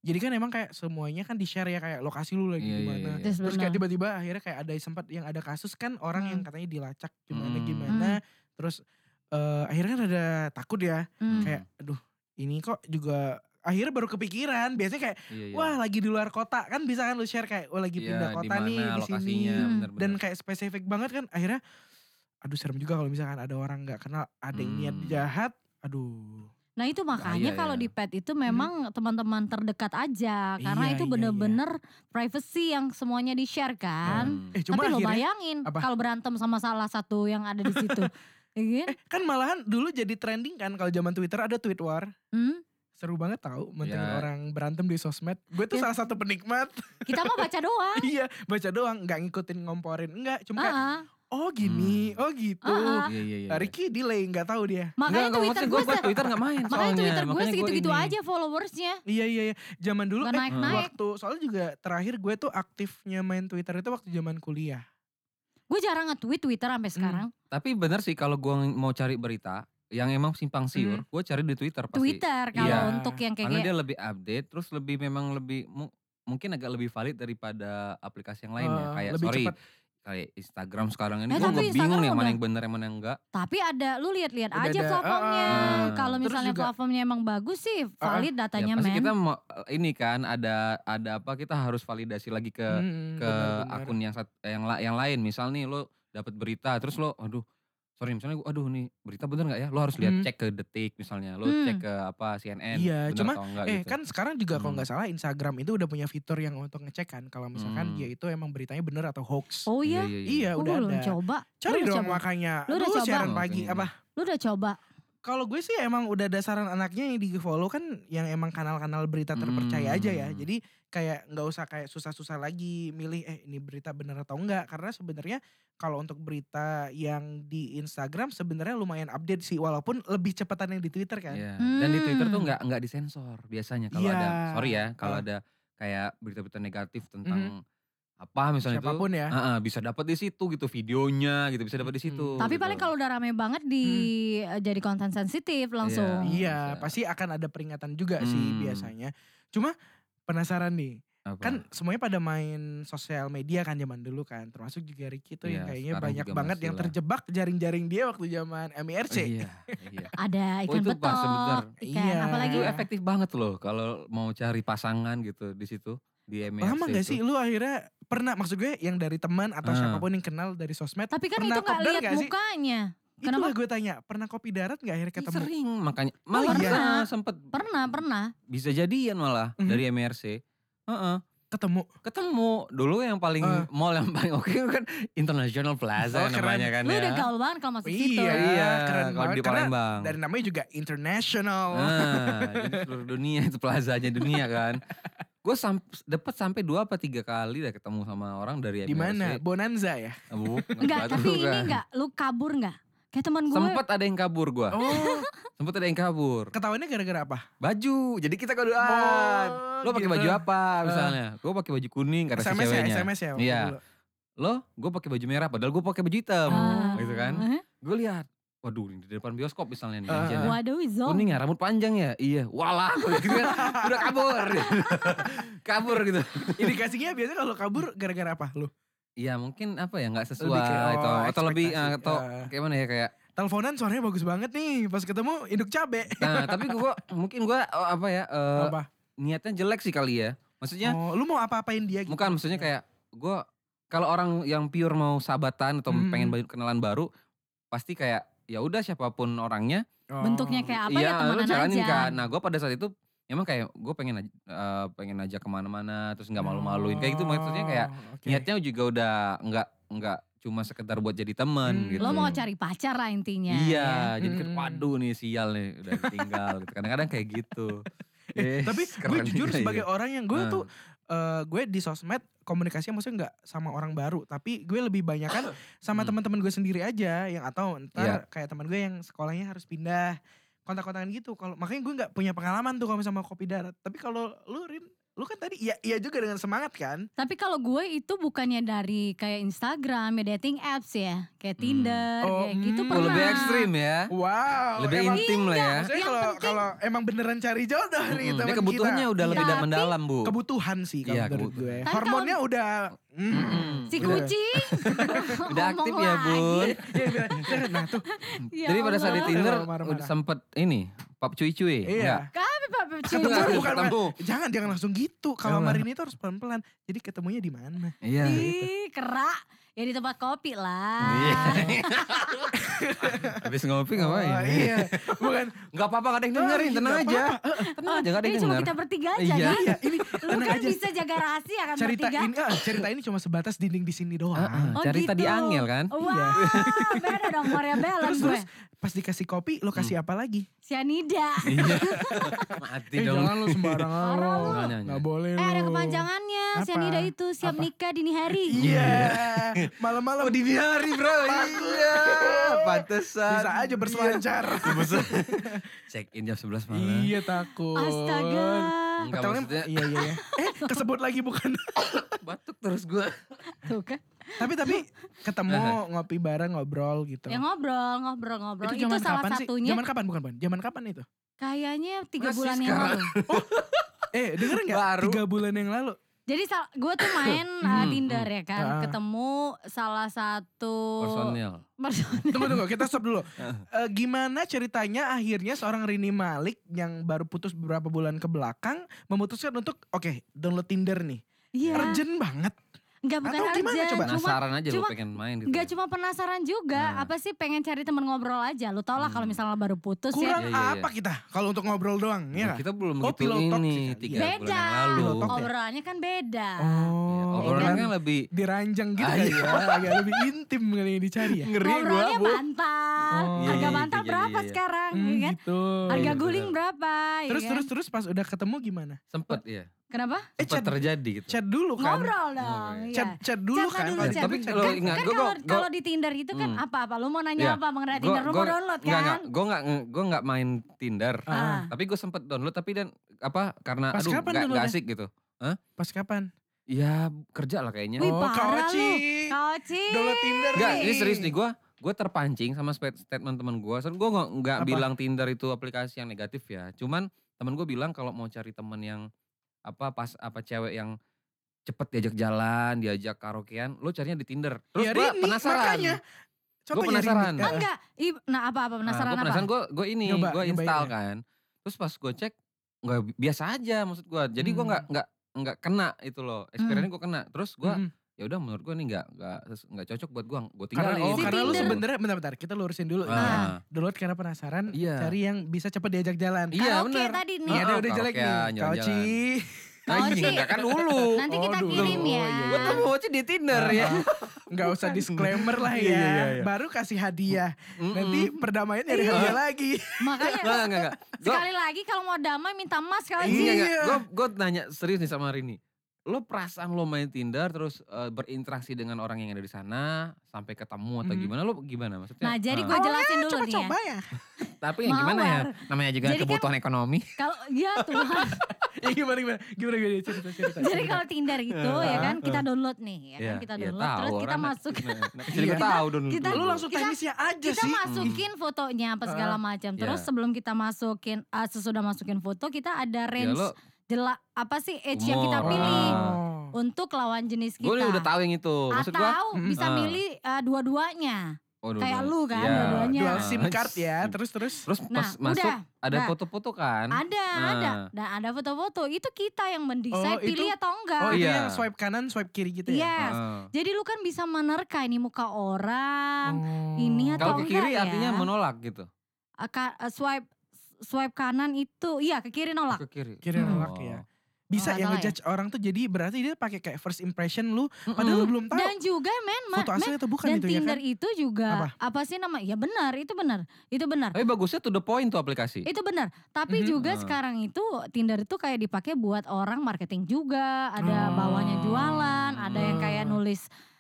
[SPEAKER 1] Jadi kan emang kayak semuanya kan di-share ya kayak lokasi lu lagi
[SPEAKER 2] Iya,
[SPEAKER 1] di
[SPEAKER 2] iya,
[SPEAKER 1] mana.
[SPEAKER 2] iya.
[SPEAKER 3] Terus
[SPEAKER 1] Terus kayak
[SPEAKER 3] bener.
[SPEAKER 1] tiba-tiba akhirnya kayak ada sempat yang ada kasus kan orang yang
[SPEAKER 3] Hmm.
[SPEAKER 1] katanya dilacak
[SPEAKER 2] Hmm.
[SPEAKER 1] gimana-gimana. Terus eh, akhirnya kan ada takut ya.
[SPEAKER 3] Hmm.
[SPEAKER 1] Kayak aduh ini kok juga akhirnya baru kepikiran. Biasanya kayak
[SPEAKER 2] Iya, iya.
[SPEAKER 1] wah lagi di luar kota kan bisa kan lu share kayak oh lagi
[SPEAKER 2] Iya,
[SPEAKER 1] pindah
[SPEAKER 2] di
[SPEAKER 1] kota
[SPEAKER 2] mana
[SPEAKER 1] nih di sini.
[SPEAKER 2] lokasinya,
[SPEAKER 3] Hmm.
[SPEAKER 2] bener-bener.
[SPEAKER 1] Dan kayak spesifik banget kan akhirnya aduh serem juga kalau misalkan ada orang nggak kenal ada yang niat
[SPEAKER 2] Hmm.
[SPEAKER 1] jahat. Aduh.
[SPEAKER 3] Nah itu makanya
[SPEAKER 2] Bahaya
[SPEAKER 3] kalau
[SPEAKER 2] ya.
[SPEAKER 3] di pet itu memang teman-teman terdekat aja. Karena
[SPEAKER 1] Iya,
[SPEAKER 3] itu
[SPEAKER 1] iya,
[SPEAKER 3] bener-bener privacy yang semuanya di-share kan.
[SPEAKER 2] Hmm.
[SPEAKER 1] Eh cuma
[SPEAKER 3] Tapi lo
[SPEAKER 1] akhirnya
[SPEAKER 3] bayangin
[SPEAKER 1] apa?
[SPEAKER 3] kalau berantem sama salah satu yang ada di situ. Ya kan?
[SPEAKER 1] eh kan malahan dulu jadi trending kan kalau zaman Twitter ada tweet war.
[SPEAKER 3] Hmm?
[SPEAKER 1] Seru banget tau mantengin
[SPEAKER 2] Ya.
[SPEAKER 1] orang berantem di sosmed. Gue tuh
[SPEAKER 3] Ya.
[SPEAKER 1] salah satu penikmat.
[SPEAKER 3] Kita mah baca doang.
[SPEAKER 1] Iya baca doang nggak ngikutin ngomporin. Enggak cuma kayak
[SPEAKER 3] Ah,
[SPEAKER 1] oh gini
[SPEAKER 2] Hmm.
[SPEAKER 1] oh gitu.
[SPEAKER 3] Ah, ah.
[SPEAKER 2] Iya, iya, iya.
[SPEAKER 1] Nah, Ricky delay nggak tahu dia.
[SPEAKER 3] Makanya
[SPEAKER 2] Enggak,
[SPEAKER 3] Twitter
[SPEAKER 2] maksudnya
[SPEAKER 3] gue
[SPEAKER 2] gue buat Twitter gak main
[SPEAKER 3] makanya
[SPEAKER 2] soalnya.
[SPEAKER 3] Twitter gue
[SPEAKER 2] Makanya gua
[SPEAKER 3] segitu-gitu
[SPEAKER 2] ini.
[SPEAKER 3] aja followersnya.
[SPEAKER 1] Iya iya iya. Zaman dulu
[SPEAKER 3] Gak
[SPEAKER 1] eh
[SPEAKER 3] naik-naik.
[SPEAKER 1] waktu soalnya juga terakhir gue tuh aktifnya main Twitter itu waktu zaman kuliah.
[SPEAKER 3] Gue jarang nge-tweet Twitter
[SPEAKER 2] Hmm.
[SPEAKER 3] sampai sekarang.
[SPEAKER 2] Tapi bener sih kalau gue mau cari berita yang emang simpang siur, gue cari di Twitter pasti.
[SPEAKER 3] Twitter kalau
[SPEAKER 2] Iya.
[SPEAKER 3] untuk yang kayak
[SPEAKER 2] Karena
[SPEAKER 3] kayak
[SPEAKER 2] dia lebih update, terus lebih memang lebih mu- mungkin agak lebih valid daripada aplikasi yang lainnya.
[SPEAKER 1] Eh,
[SPEAKER 2] Kayak
[SPEAKER 1] lebih
[SPEAKER 2] sorry,
[SPEAKER 1] cepat.
[SPEAKER 2] kayak Instagram sekarang ini
[SPEAKER 3] Eh,
[SPEAKER 2] gue
[SPEAKER 3] tapi
[SPEAKER 2] bingung
[SPEAKER 3] Instagram
[SPEAKER 2] nih yang mana
[SPEAKER 3] udah-
[SPEAKER 2] yang bener yang mana yang enggak.
[SPEAKER 3] tapi ada lu lihat-lihat
[SPEAKER 1] Udah
[SPEAKER 3] aja
[SPEAKER 1] ada,
[SPEAKER 3] platformnya.
[SPEAKER 2] ah.
[SPEAKER 3] Kalau
[SPEAKER 1] Terus
[SPEAKER 3] misalnya
[SPEAKER 1] juga-
[SPEAKER 3] platformnya emang bagus sih valid
[SPEAKER 2] Ya
[SPEAKER 3] datanya
[SPEAKER 2] pasti
[SPEAKER 3] men.
[SPEAKER 2] kita mau ini kan ada ada apa kita harus validasi lagi ke
[SPEAKER 1] Hmm,
[SPEAKER 2] ke
[SPEAKER 1] benar-benar.
[SPEAKER 2] akun yang sat- yang la- yang lain. Misal nih lo dapat berita terus lo aduh sorry misalnya gua, aduh nih berita bener nggak ya? Lo harus lihat
[SPEAKER 1] Hmm.
[SPEAKER 2] cek ke Detik misalnya, lo
[SPEAKER 3] Hmm.
[SPEAKER 2] cek ke apa C N N
[SPEAKER 1] Iya,
[SPEAKER 2] bener
[SPEAKER 1] cuma
[SPEAKER 2] atau enggak
[SPEAKER 1] eh
[SPEAKER 2] gitu.
[SPEAKER 1] kan sekarang juga kalau
[SPEAKER 2] Hmm.
[SPEAKER 1] nggak salah Instagram itu udah punya fitur yang untuk ngecek kan kalau misalkan
[SPEAKER 2] Hmm.
[SPEAKER 1] dia itu emang beritanya bener atau hoax.
[SPEAKER 3] Oh iya?
[SPEAKER 1] Iya
[SPEAKER 3] Oh,
[SPEAKER 1] udah
[SPEAKER 3] gue belum
[SPEAKER 1] ada.
[SPEAKER 3] coba.
[SPEAKER 1] Cari
[SPEAKER 3] Lu udah
[SPEAKER 1] dong
[SPEAKER 3] coba?
[SPEAKER 1] makanya.
[SPEAKER 3] Lu udah
[SPEAKER 1] Lu
[SPEAKER 3] coba?
[SPEAKER 1] siaran
[SPEAKER 2] Oh,
[SPEAKER 1] pagi
[SPEAKER 2] kayaknya.
[SPEAKER 1] apa?
[SPEAKER 3] Lu udah coba?
[SPEAKER 1] Kalau gue sih emang udah dasaran anaknya yang di follow kan yang emang kanal-kanal berita terpercaya aja ya.
[SPEAKER 2] Hmm.
[SPEAKER 1] Jadi kayak nggak usah kayak susah-susah lagi milih eh ini berita bener atau enggak karena sebenarnya kalau untuk berita yang di Instagram sebenarnya lumayan update sih walaupun lebih cepatan yang di Twitter kan.
[SPEAKER 2] Iya. Dan di Twitter tuh
[SPEAKER 3] Hmm.
[SPEAKER 2] nggak nggak disensor biasanya kalau
[SPEAKER 1] Iya.
[SPEAKER 2] ada sorry ya kalau
[SPEAKER 1] Ah.
[SPEAKER 2] ada kayak berita-berita negatif tentang apa misalnya itu
[SPEAKER 1] Siapapun ya.
[SPEAKER 2] ah, ah, bisa dapat di situ gitu videonya gitu bisa dapat di situ.
[SPEAKER 1] Hmm.
[SPEAKER 3] Tapi
[SPEAKER 2] gitu.
[SPEAKER 3] paling kalau udah rame banget di eh, jadi konten sensitif langsung.
[SPEAKER 1] Iya,
[SPEAKER 2] bisa.
[SPEAKER 1] pasti akan ada peringatan juga sih
[SPEAKER 2] Hmm.
[SPEAKER 1] biasanya. Cuma penasaran nih,
[SPEAKER 2] Apa?
[SPEAKER 1] kan semuanya pada main sosial media kan zaman dulu kan, termasuk juga Ricky tuh yang
[SPEAKER 2] Iya,
[SPEAKER 1] kayaknya
[SPEAKER 2] sekarang
[SPEAKER 1] banyak
[SPEAKER 2] juga
[SPEAKER 1] banget
[SPEAKER 2] masih
[SPEAKER 1] yang
[SPEAKER 2] lah.
[SPEAKER 1] terjebak jaring-jaring dia waktu zaman M I R C.
[SPEAKER 2] Iya, iya.
[SPEAKER 3] Ada
[SPEAKER 2] Oh,
[SPEAKER 3] ikan
[SPEAKER 2] itu pas sebentar.
[SPEAKER 3] betok, ikan
[SPEAKER 1] Iya.
[SPEAKER 3] apalagi
[SPEAKER 2] Itu efektif banget loh kalau mau cari pasangan gitu di situ di M I R C
[SPEAKER 1] Lama gak
[SPEAKER 2] itu.
[SPEAKER 1] sih lu akhirnya pernah maksud gue yang dari teman atau
[SPEAKER 2] Ah.
[SPEAKER 1] siapapun yang kenal dari sosmed?
[SPEAKER 3] Tapi kan
[SPEAKER 1] pernah
[SPEAKER 3] itu nggak
[SPEAKER 1] kopdar
[SPEAKER 3] lihat
[SPEAKER 1] nggak sih?
[SPEAKER 3] mukanya.
[SPEAKER 1] Itulah
[SPEAKER 3] Kenapa?
[SPEAKER 1] gue tanya, pernah kopi darat gak akhirnya
[SPEAKER 2] Ih,
[SPEAKER 1] ketemu?
[SPEAKER 2] sering makanya
[SPEAKER 3] Oh,
[SPEAKER 2] malah
[SPEAKER 1] iya.
[SPEAKER 2] pernah sempet
[SPEAKER 3] Pernah, pernah.
[SPEAKER 2] bisa jadian malah
[SPEAKER 1] Mhm.
[SPEAKER 2] dari M I R C. Heeh.
[SPEAKER 1] Ketemu.
[SPEAKER 2] Ketemu dulu yang paling
[SPEAKER 1] Ah.
[SPEAKER 2] mall yang paling oke kan International Plaza
[SPEAKER 1] Oh, keren.
[SPEAKER 2] namanya kan
[SPEAKER 3] Lu
[SPEAKER 2] ya.
[SPEAKER 3] udah gaul banget kalau masuk situ.
[SPEAKER 1] Iya,
[SPEAKER 2] Iya,
[SPEAKER 1] keren
[SPEAKER 2] kalau
[SPEAKER 1] banget
[SPEAKER 2] di
[SPEAKER 1] karena
[SPEAKER 2] Palembang.
[SPEAKER 1] dari namanya juga international.
[SPEAKER 2] Nah, jadi seluruh dunia itu plazanya dunia kan. Gue sam dapat sampai dua apa tiga kali dah ketemu sama orang dari
[SPEAKER 1] Di
[SPEAKER 2] M I R C.
[SPEAKER 1] mana? Bonanza ya?
[SPEAKER 2] Ah, bu-
[SPEAKER 3] Enggak,
[SPEAKER 2] tuh
[SPEAKER 3] tapi ini
[SPEAKER 2] bukan.
[SPEAKER 3] enggak, lu kabur enggak? Kayak teman gue.
[SPEAKER 2] Sempet ada yang kabur gue.
[SPEAKER 1] Oh,
[SPEAKER 2] Sempet ada yang kabur.
[SPEAKER 1] ketahuannya gara-gara apa?
[SPEAKER 2] Baju. Jadi kita kodean.
[SPEAKER 1] Oh,
[SPEAKER 2] Lo pakai
[SPEAKER 1] gitu.
[SPEAKER 2] baju apa misalnya? Gue pakai baju kuning karena
[SPEAKER 1] S M S
[SPEAKER 2] si
[SPEAKER 1] ya,
[SPEAKER 2] ceweknya.
[SPEAKER 1] S M S ya. waktu
[SPEAKER 2] Iya.
[SPEAKER 1] dulu.
[SPEAKER 2] Lo, gue pakai baju merah padahal gue pakai baju hitam.
[SPEAKER 3] Ah.
[SPEAKER 2] Gitu kan.
[SPEAKER 3] Eh?
[SPEAKER 2] Gue lihat, waduh di depan bioskop misalnya nih
[SPEAKER 1] Ah,
[SPEAKER 2] janjiannya.
[SPEAKER 1] ah.
[SPEAKER 3] Waduh, Zom.
[SPEAKER 2] Kuning ya, rambut panjang ya? Iya, walah gitu kan. Udah kabur. kabur gitu.
[SPEAKER 1] Indikasinya biasanya kalau kabur gara-gara apa lu?
[SPEAKER 2] Iya mungkin apa ya nggak sesuai
[SPEAKER 1] Lebih kayak,
[SPEAKER 2] atau
[SPEAKER 1] oh,
[SPEAKER 2] atau lebih
[SPEAKER 1] ekspektasi.
[SPEAKER 2] eh, atau
[SPEAKER 1] Ah.
[SPEAKER 2] kayak mana ya kayak
[SPEAKER 1] Teleponan suaranya bagus banget nih, pas ketemu induk cabe.
[SPEAKER 2] nah tapi gue mungkin gue apa ya eh,
[SPEAKER 1] apa?
[SPEAKER 2] niatnya jelek sih kali ya maksudnya
[SPEAKER 1] Oh, lu mau apa-apain dia gitu?
[SPEAKER 2] bukan maksudnya kayak gue kalau orang yang pure mau sahabatan atau
[SPEAKER 1] Hmm.
[SPEAKER 2] pengen ba- kenalan baru pasti kayak ya udah siapapun orangnya
[SPEAKER 1] Oh.
[SPEAKER 3] Bentuknya kayak apa ya
[SPEAKER 2] iya lu
[SPEAKER 3] temenan
[SPEAKER 2] jalanin
[SPEAKER 3] aja.
[SPEAKER 2] kan nah gue pada saat itu emang kayak gue pengen aj- eh, pengen aja kemana-mana terus nggak malu-maluin kayak gitu maksudnya kayak
[SPEAKER 1] Oh, oke.
[SPEAKER 2] niatnya juga udah nggak nggak cuma sekedar buat jadi teman
[SPEAKER 1] Hmm.
[SPEAKER 2] gitu
[SPEAKER 3] Lo mau cari pacar lah intinya.
[SPEAKER 2] iya
[SPEAKER 3] ya.
[SPEAKER 2] jadi kan
[SPEAKER 1] Hmm.
[SPEAKER 2] waduh nih sial nih udah ditinggal gitu kadang-kadang kayak gitu Eh,
[SPEAKER 1] Tapi gue
[SPEAKER 2] keren
[SPEAKER 1] jujur
[SPEAKER 2] juga,
[SPEAKER 1] sebagai
[SPEAKER 2] iya.
[SPEAKER 1] orang yang gue
[SPEAKER 2] Ah.
[SPEAKER 1] tuh eh, gue di sosmed komunikasinya maksudnya nggak sama orang baru, tapi gue lebih banyak kan sama
[SPEAKER 2] Hmm.
[SPEAKER 1] teman-teman gue sendiri aja yang atau ntar
[SPEAKER 2] Iya.
[SPEAKER 1] kayak teman gue yang sekolahnya harus pindah kontak-kontakan gitu. Kalau makanya gue nggak punya pengalaman tuh kalau sama kopi darat. Tapi kalau lu Rin, lu kan tadi iya iya juga dengan semangat kan.
[SPEAKER 3] Tapi kalau gue itu bukannya dari kayak Instagram, ya dating apps ya. Kayak
[SPEAKER 2] Hmm.
[SPEAKER 3] Tinder,
[SPEAKER 1] Oh,
[SPEAKER 3] kayak gitu
[SPEAKER 1] hmm.
[SPEAKER 2] Oh,
[SPEAKER 3] pernah.
[SPEAKER 2] lebih ekstrim ya.
[SPEAKER 1] Wow.
[SPEAKER 2] Lebih
[SPEAKER 1] emang-
[SPEAKER 2] intim lah ya.
[SPEAKER 1] Maksudnya
[SPEAKER 3] Yang
[SPEAKER 1] kalau
[SPEAKER 3] penting-
[SPEAKER 1] kalau emang beneran cari jodoh nih
[SPEAKER 2] Mm-mm.
[SPEAKER 1] teman
[SPEAKER 2] Dia kebutuhannya
[SPEAKER 1] kita.
[SPEAKER 2] udah lebih
[SPEAKER 3] Tapi-
[SPEAKER 2] da- mendalam, Bu.
[SPEAKER 1] Kebutuhan sih kalau
[SPEAKER 2] Iya,
[SPEAKER 1] menurut
[SPEAKER 2] kebutuhan.
[SPEAKER 1] gue.
[SPEAKER 3] Tapi
[SPEAKER 1] Hormonnya udah mm,
[SPEAKER 2] Mm-mm.
[SPEAKER 3] Si
[SPEAKER 1] Udah.
[SPEAKER 3] kucing.
[SPEAKER 2] Udah
[SPEAKER 3] Ngomong
[SPEAKER 2] aktif ya, Bun.
[SPEAKER 3] lagi.
[SPEAKER 1] nah tuh
[SPEAKER 3] Ya
[SPEAKER 2] Jadi pada saat di
[SPEAKER 3] Allah.
[SPEAKER 2] Tinder
[SPEAKER 1] Marah-marah.
[SPEAKER 2] udah sempet ini pap cuy-cuy.
[SPEAKER 1] iya.
[SPEAKER 3] Kami Pak
[SPEAKER 1] Ketemu
[SPEAKER 2] Enggak,
[SPEAKER 3] Cuy.
[SPEAKER 1] bukan,
[SPEAKER 2] ketemu.
[SPEAKER 1] bukan. Jangan jangan langsung gitu. Kalau
[SPEAKER 2] Kenapa?
[SPEAKER 1] Marini itu harus pelan-pelan. Jadi ketemunya di mana?
[SPEAKER 2] Iya.
[SPEAKER 3] Ih, kerak. Ya di tempat kopi lah.
[SPEAKER 2] Iya. Habis ngopi ngapain?
[SPEAKER 1] Oh, iya. Bukan.
[SPEAKER 2] Enggak apa-apa, gak ada yang dengerin,
[SPEAKER 1] Oh,
[SPEAKER 2] tenang
[SPEAKER 1] nggak
[SPEAKER 2] aja.
[SPEAKER 1] apa-apa.
[SPEAKER 2] Tenang aja, gak ada
[SPEAKER 3] Ini
[SPEAKER 2] yang
[SPEAKER 3] cuma
[SPEAKER 2] denger.
[SPEAKER 3] kita bertiga aja
[SPEAKER 2] Iya.
[SPEAKER 3] kan.
[SPEAKER 1] Iya, ini
[SPEAKER 3] Lu
[SPEAKER 1] tenang
[SPEAKER 3] kan
[SPEAKER 1] aja.
[SPEAKER 3] bisa jaga rahasia kan
[SPEAKER 1] Cerita
[SPEAKER 3] bertiga.
[SPEAKER 1] ini, ah, cerita ini cuma sebatas dinding di sini doang.
[SPEAKER 2] Ah, ah.
[SPEAKER 3] Oh
[SPEAKER 2] Cerita
[SPEAKER 3] gitu.
[SPEAKER 2] di Angel kan?
[SPEAKER 3] Wah, beda dong Maria Bellen
[SPEAKER 1] Terus
[SPEAKER 3] gue.
[SPEAKER 1] terus pas dikasih kopi lo kasih apa lagi?
[SPEAKER 3] Cyanida.
[SPEAKER 2] Iya. Mati
[SPEAKER 1] Eh
[SPEAKER 2] dong.
[SPEAKER 1] jangan lo sembarangan
[SPEAKER 3] Parah
[SPEAKER 1] lo.
[SPEAKER 3] lu.
[SPEAKER 2] Nggak,
[SPEAKER 1] Gak boleh
[SPEAKER 3] Eh ada
[SPEAKER 1] lo.
[SPEAKER 3] kepanjangannya,
[SPEAKER 1] Apa?
[SPEAKER 3] cyanida itu siap
[SPEAKER 1] Apa?
[SPEAKER 3] nikah dini hari.
[SPEAKER 1] Iya. Malam-malam
[SPEAKER 2] Oh dini hari bro. Iya. Pantesan.
[SPEAKER 1] bisa aja berselancar.
[SPEAKER 2] Check in jam sebelas malam.
[SPEAKER 1] Iya takut.
[SPEAKER 3] Astaga.
[SPEAKER 2] Enggak
[SPEAKER 1] Ketelnya-
[SPEAKER 2] maksudnya
[SPEAKER 1] iya iya iya. Eh kesebut lagi bukan.
[SPEAKER 2] batuk terus gue.
[SPEAKER 3] Tuh kan.
[SPEAKER 1] tapi tapi ketemu ngopi bareng ngobrol gitu.
[SPEAKER 3] Ya ngobrol, ngobrol, ngobrol. Itu,
[SPEAKER 1] zaman
[SPEAKER 3] salah
[SPEAKER 1] kapan sih?
[SPEAKER 3] satunya.
[SPEAKER 1] Zaman kapan bukan bukan? Zaman kapan itu?
[SPEAKER 3] Kayaknya tiga
[SPEAKER 2] Masih
[SPEAKER 3] bulan yang
[SPEAKER 2] sekarang.
[SPEAKER 3] lalu.
[SPEAKER 1] Eh denger nggak?
[SPEAKER 2] Baru.
[SPEAKER 1] Tiga bulan yang lalu.
[SPEAKER 3] Jadi gue tuh main uh,
[SPEAKER 2] Hmm,
[SPEAKER 3] Tinder ya kan.
[SPEAKER 1] Ah.
[SPEAKER 3] Ketemu salah satu.
[SPEAKER 2] Personil.
[SPEAKER 3] Personil.
[SPEAKER 1] Tunggu tunggu kita stop dulu. Eh, gimana ceritanya akhirnya seorang Rini Malik yang baru putus beberapa bulan ke belakang memutuskan untuk oke download Tinder nih.
[SPEAKER 3] Iya.
[SPEAKER 1] Urgent banget.
[SPEAKER 3] Enggak bukan
[SPEAKER 1] Atau gimana
[SPEAKER 3] urgent.
[SPEAKER 1] coba?
[SPEAKER 3] Cuma
[SPEAKER 2] Penasaran aja lu
[SPEAKER 3] cuma-
[SPEAKER 2] pengen main gitu.
[SPEAKER 3] Gak cuma penasaran juga,
[SPEAKER 2] Nah.
[SPEAKER 3] apa sih pengen cari teman ngobrol aja. Lu tau lah kalau misalnya baru putus
[SPEAKER 1] Kurang
[SPEAKER 2] Iya, iya, iya.
[SPEAKER 1] apa kita kalau untuk ngobrol doang ya?
[SPEAKER 2] Nah, kita belum
[SPEAKER 1] Oh,
[SPEAKER 2] begitu
[SPEAKER 1] pillow talk sih
[SPEAKER 2] ini
[SPEAKER 1] kali.
[SPEAKER 2] tiga
[SPEAKER 3] ya.
[SPEAKER 2] bulan
[SPEAKER 3] Beda.
[SPEAKER 2] yang lalu.
[SPEAKER 1] Pillow talk ya?
[SPEAKER 3] Obrolannya kan beda.
[SPEAKER 2] Iya,
[SPEAKER 1] Oh,
[SPEAKER 2] obrolan
[SPEAKER 1] kan
[SPEAKER 2] kan lebih
[SPEAKER 1] diranjang gitu
[SPEAKER 2] Ah,
[SPEAKER 1] kali
[SPEAKER 2] iya.
[SPEAKER 1] ya. Agak lebih intim kali yang dicari ya.
[SPEAKER 2] ngeri gua,
[SPEAKER 3] Ngobrolnya
[SPEAKER 2] Bu.
[SPEAKER 3] bantal.
[SPEAKER 1] Oh.
[SPEAKER 3] Harga
[SPEAKER 2] Iya, iya,
[SPEAKER 3] bantal
[SPEAKER 2] iya,
[SPEAKER 3] berapa
[SPEAKER 2] iya, iya.
[SPEAKER 3] sekarang?
[SPEAKER 1] Hmm,
[SPEAKER 3] ya kan?
[SPEAKER 1] gitu.
[SPEAKER 3] Harga
[SPEAKER 2] Iya,
[SPEAKER 3] guling
[SPEAKER 2] bener.
[SPEAKER 3] berapa? ya
[SPEAKER 1] Terus
[SPEAKER 3] kan?
[SPEAKER 1] terus terus pas udah ketemu gimana?
[SPEAKER 2] Sempet ya.
[SPEAKER 3] Kenapa?
[SPEAKER 1] Eh
[SPEAKER 2] Sempet
[SPEAKER 1] chat
[SPEAKER 2] terjadi gitu.
[SPEAKER 1] chat dulu kan?
[SPEAKER 3] Ngobrol dong.
[SPEAKER 2] iya.
[SPEAKER 3] iya.
[SPEAKER 1] Chat chat dulu
[SPEAKER 3] Chat
[SPEAKER 1] kan?
[SPEAKER 3] dulu,
[SPEAKER 1] Kalau
[SPEAKER 3] chat.
[SPEAKER 1] gitu
[SPEAKER 2] Tapi
[SPEAKER 1] chat
[SPEAKER 2] kalau
[SPEAKER 1] dulu.
[SPEAKER 2] ingat
[SPEAKER 3] Kan
[SPEAKER 2] gue
[SPEAKER 3] kalau
[SPEAKER 2] gue
[SPEAKER 3] kalau di Tinder itu kan
[SPEAKER 2] Hmm.
[SPEAKER 3] apa-apa? Lu mau nanya
[SPEAKER 2] Iya.
[SPEAKER 3] apa mengenai
[SPEAKER 2] Gua-
[SPEAKER 3] Tinder? Lu
[SPEAKER 2] gua-
[SPEAKER 3] mau download
[SPEAKER 2] Enggak,
[SPEAKER 3] kan?
[SPEAKER 2] enggak. Gue enggak gue enggak main Tinder.
[SPEAKER 3] Ah.
[SPEAKER 2] Tapi gue sempet download tapi dan apa karena
[SPEAKER 1] Pas
[SPEAKER 2] aduh
[SPEAKER 1] kapan
[SPEAKER 2] enggak
[SPEAKER 1] downloadnya?
[SPEAKER 2] asik gitu.
[SPEAKER 1] Pas kapan?
[SPEAKER 2] Ya kerja lah kayaknya.
[SPEAKER 3] Wih,
[SPEAKER 1] Oh,
[SPEAKER 3] parah
[SPEAKER 1] Kauci.
[SPEAKER 3] lu. Kauci.
[SPEAKER 1] Download Tinder
[SPEAKER 2] Enggak,
[SPEAKER 1] nih.
[SPEAKER 2] ini serius nih gue gue terpancing sama spe- statement teman gue. Soalnya gue nggak nggak
[SPEAKER 1] Apa?
[SPEAKER 2] bilang Tinder itu aplikasi yang negatif ya. Cuman teman gue bilang kalau mau cari temen yang apa pas apa cewek yang cepet diajak jalan, diajak karaokean, lo carinya di Tinder. Terus
[SPEAKER 1] Ya,
[SPEAKER 2] gue
[SPEAKER 1] Rini,
[SPEAKER 2] penasaran.
[SPEAKER 1] makanya. Contoh ya,
[SPEAKER 2] penasaran.
[SPEAKER 1] Rini.
[SPEAKER 3] Oh,
[SPEAKER 1] Eh,
[SPEAKER 3] enggak. Ih, nah apa-apa penasaran
[SPEAKER 2] gue
[SPEAKER 3] apa?
[SPEAKER 2] penasaran gue gue ini
[SPEAKER 1] Nyoba,
[SPEAKER 2] gue
[SPEAKER 1] nyobain
[SPEAKER 2] install
[SPEAKER 1] ya.
[SPEAKER 2] kan. Terus pas gue cek nggak biasa aja maksud gue. Jadi gue
[SPEAKER 1] Hmm.
[SPEAKER 2] nggak nggak nggak kena itu loh. Experience gue kena. Terus gue
[SPEAKER 1] mm-mm.
[SPEAKER 2] ya udah menurut gue nih nggak nggak nggak cocok buat gue. Gue
[SPEAKER 1] Karena
[SPEAKER 2] tinggalin.
[SPEAKER 1] oh
[SPEAKER 3] Si
[SPEAKER 1] karena lu
[SPEAKER 3] Tinder.
[SPEAKER 1] sebenarnya bentar-bentar kita lurusin dulu.
[SPEAKER 2] Ah.
[SPEAKER 1] Nah, download karena penasaran
[SPEAKER 2] Iya.
[SPEAKER 1] cari yang bisa cepet diajak jalan.
[SPEAKER 2] Iya
[SPEAKER 3] Karaoke
[SPEAKER 2] benar.
[SPEAKER 3] tadi nih.
[SPEAKER 1] Nih ada
[SPEAKER 2] Oh,
[SPEAKER 1] udah jelek nih.
[SPEAKER 2] karaokean,
[SPEAKER 1] Kauci.
[SPEAKER 3] Kauci.
[SPEAKER 2] Anjing enggak kan dulu.
[SPEAKER 3] Nanti
[SPEAKER 1] Oh,
[SPEAKER 3] kita
[SPEAKER 1] dulu.
[SPEAKER 3] kirim ya.
[SPEAKER 1] Oh, iya,
[SPEAKER 2] Gue tuh mau di Tinder ya.
[SPEAKER 1] Enggak usah disclaimer lah ya.
[SPEAKER 2] Iya, iya, iya.
[SPEAKER 1] Baru kasih hadiah.
[SPEAKER 2] Mm-mm.
[SPEAKER 1] Nanti perdamaian dari
[SPEAKER 3] Iya.
[SPEAKER 1] hadiah lagi.
[SPEAKER 3] Makanya
[SPEAKER 2] Enggak enggak enggak. Gue
[SPEAKER 3] sekali lagi kalau mau damai minta emas kali.
[SPEAKER 1] Iya.
[SPEAKER 2] enggak enggak. Gue gue nanya serius nih sama Rini. Lo perasaan lo main Tinder terus eh, berinteraksi dengan orang yang ada di sana sampai ketemu atau
[SPEAKER 1] Mhm.
[SPEAKER 2] gimana lo gimana maksudnya?
[SPEAKER 3] Nah, jadi
[SPEAKER 2] Ah.
[SPEAKER 3] gue jelasin dulu nih ya.
[SPEAKER 1] Coba-coba ya.
[SPEAKER 2] Tapi yang gimana ya?
[SPEAKER 3] Mawar.
[SPEAKER 2] Namanya juga
[SPEAKER 3] Jadi kan-
[SPEAKER 2] kebutuhan ekonomi.
[SPEAKER 3] Kalau ya Tuhan.
[SPEAKER 1] Ya gimana gimana? Gimana gimana cerita cerita.
[SPEAKER 3] Jadi
[SPEAKER 1] cerita.
[SPEAKER 3] kalau Tinder itu ya kan kita download nih ya kan
[SPEAKER 2] Iya,
[SPEAKER 3] kita
[SPEAKER 2] iya,
[SPEAKER 3] download
[SPEAKER 2] tahu,
[SPEAKER 3] terus kita
[SPEAKER 2] orang
[SPEAKER 3] masuk
[SPEAKER 2] Nah, nah,
[SPEAKER 1] Iya.
[SPEAKER 2] juga tahu dong.
[SPEAKER 3] kita-
[SPEAKER 1] Lu langsung
[SPEAKER 3] kita-
[SPEAKER 1] teknisnya aja
[SPEAKER 3] kita
[SPEAKER 1] sih.
[SPEAKER 3] masukin fotonya apa segala macam. Terus
[SPEAKER 2] Iya.
[SPEAKER 3] sebelum kita masukin ah, sesudah masukin foto kita ada
[SPEAKER 2] Ya
[SPEAKER 3] range
[SPEAKER 2] lo
[SPEAKER 3] jela apa sih age yang kita
[SPEAKER 2] Umur.
[SPEAKER 3] pilih
[SPEAKER 1] Oh.
[SPEAKER 3] untuk lawan jenis kita.
[SPEAKER 2] gue udah tahu yang itu. Maksud gue.
[SPEAKER 3] Atau
[SPEAKER 1] Hmm.
[SPEAKER 3] bisa
[SPEAKER 2] Ah.
[SPEAKER 3] milih ah, dua-duanya.
[SPEAKER 2] Oh,
[SPEAKER 3] kayak
[SPEAKER 2] dua-duanya.
[SPEAKER 3] lu kan,
[SPEAKER 2] Iya.
[SPEAKER 3] dua-duanya.
[SPEAKER 1] Dual SIM card ya. Terus terus.
[SPEAKER 2] Terus
[SPEAKER 3] Nah,
[SPEAKER 2] pas masuk
[SPEAKER 3] udah.
[SPEAKER 2] ada
[SPEAKER 3] Nah.
[SPEAKER 2] foto-foto kan?
[SPEAKER 3] Ada,
[SPEAKER 2] Nah.
[SPEAKER 3] ada. Dan ada foto-foto. Itu kita yang
[SPEAKER 1] Oh,
[SPEAKER 3] mendesain
[SPEAKER 1] itu-
[SPEAKER 3] pilih atau enggak.
[SPEAKER 1] Oh itu
[SPEAKER 2] Iya.
[SPEAKER 1] yang swipe kanan, swipe kiri gitu ya?
[SPEAKER 3] Yes.
[SPEAKER 2] Heeh.
[SPEAKER 3] Jadi lu kan bisa menerka ini muka orang.
[SPEAKER 1] Oh.
[SPEAKER 3] Ini atau
[SPEAKER 2] Kalau ke kiri
[SPEAKER 3] enggak ya?
[SPEAKER 2] artinya menolak gitu.
[SPEAKER 3] Ah, ka- ah, swipe swipe kanan itu iya ke kiri nolak.
[SPEAKER 2] Ke kiri.
[SPEAKER 1] Kiri
[SPEAKER 3] Hmm.
[SPEAKER 1] nolak ya. Bisa
[SPEAKER 3] Oh, nggak
[SPEAKER 1] yang
[SPEAKER 3] salah
[SPEAKER 1] ngejudge orang tuh jadi berarti dia pakai kayak first impression lu. Padahal lu belum tahu
[SPEAKER 3] Dan juga men, ma-
[SPEAKER 1] foto
[SPEAKER 3] men,
[SPEAKER 1] asli atau bukan
[SPEAKER 3] dan
[SPEAKER 1] itu ya
[SPEAKER 3] Tinder
[SPEAKER 1] kan?
[SPEAKER 3] itu juga
[SPEAKER 1] Apa?
[SPEAKER 3] apa? sih nama? Ya benar, itu benar. Itu benar.
[SPEAKER 2] Tapi bagusnya to the point tuh aplikasi.
[SPEAKER 3] Itu benar. Tapi
[SPEAKER 1] Mhm.
[SPEAKER 3] juga
[SPEAKER 2] Hmm.
[SPEAKER 3] sekarang itu Tinder itu kayak dipakai buat orang marketing juga, ada
[SPEAKER 1] Oh.
[SPEAKER 3] bawahnya jualan, ada yang kayak nulis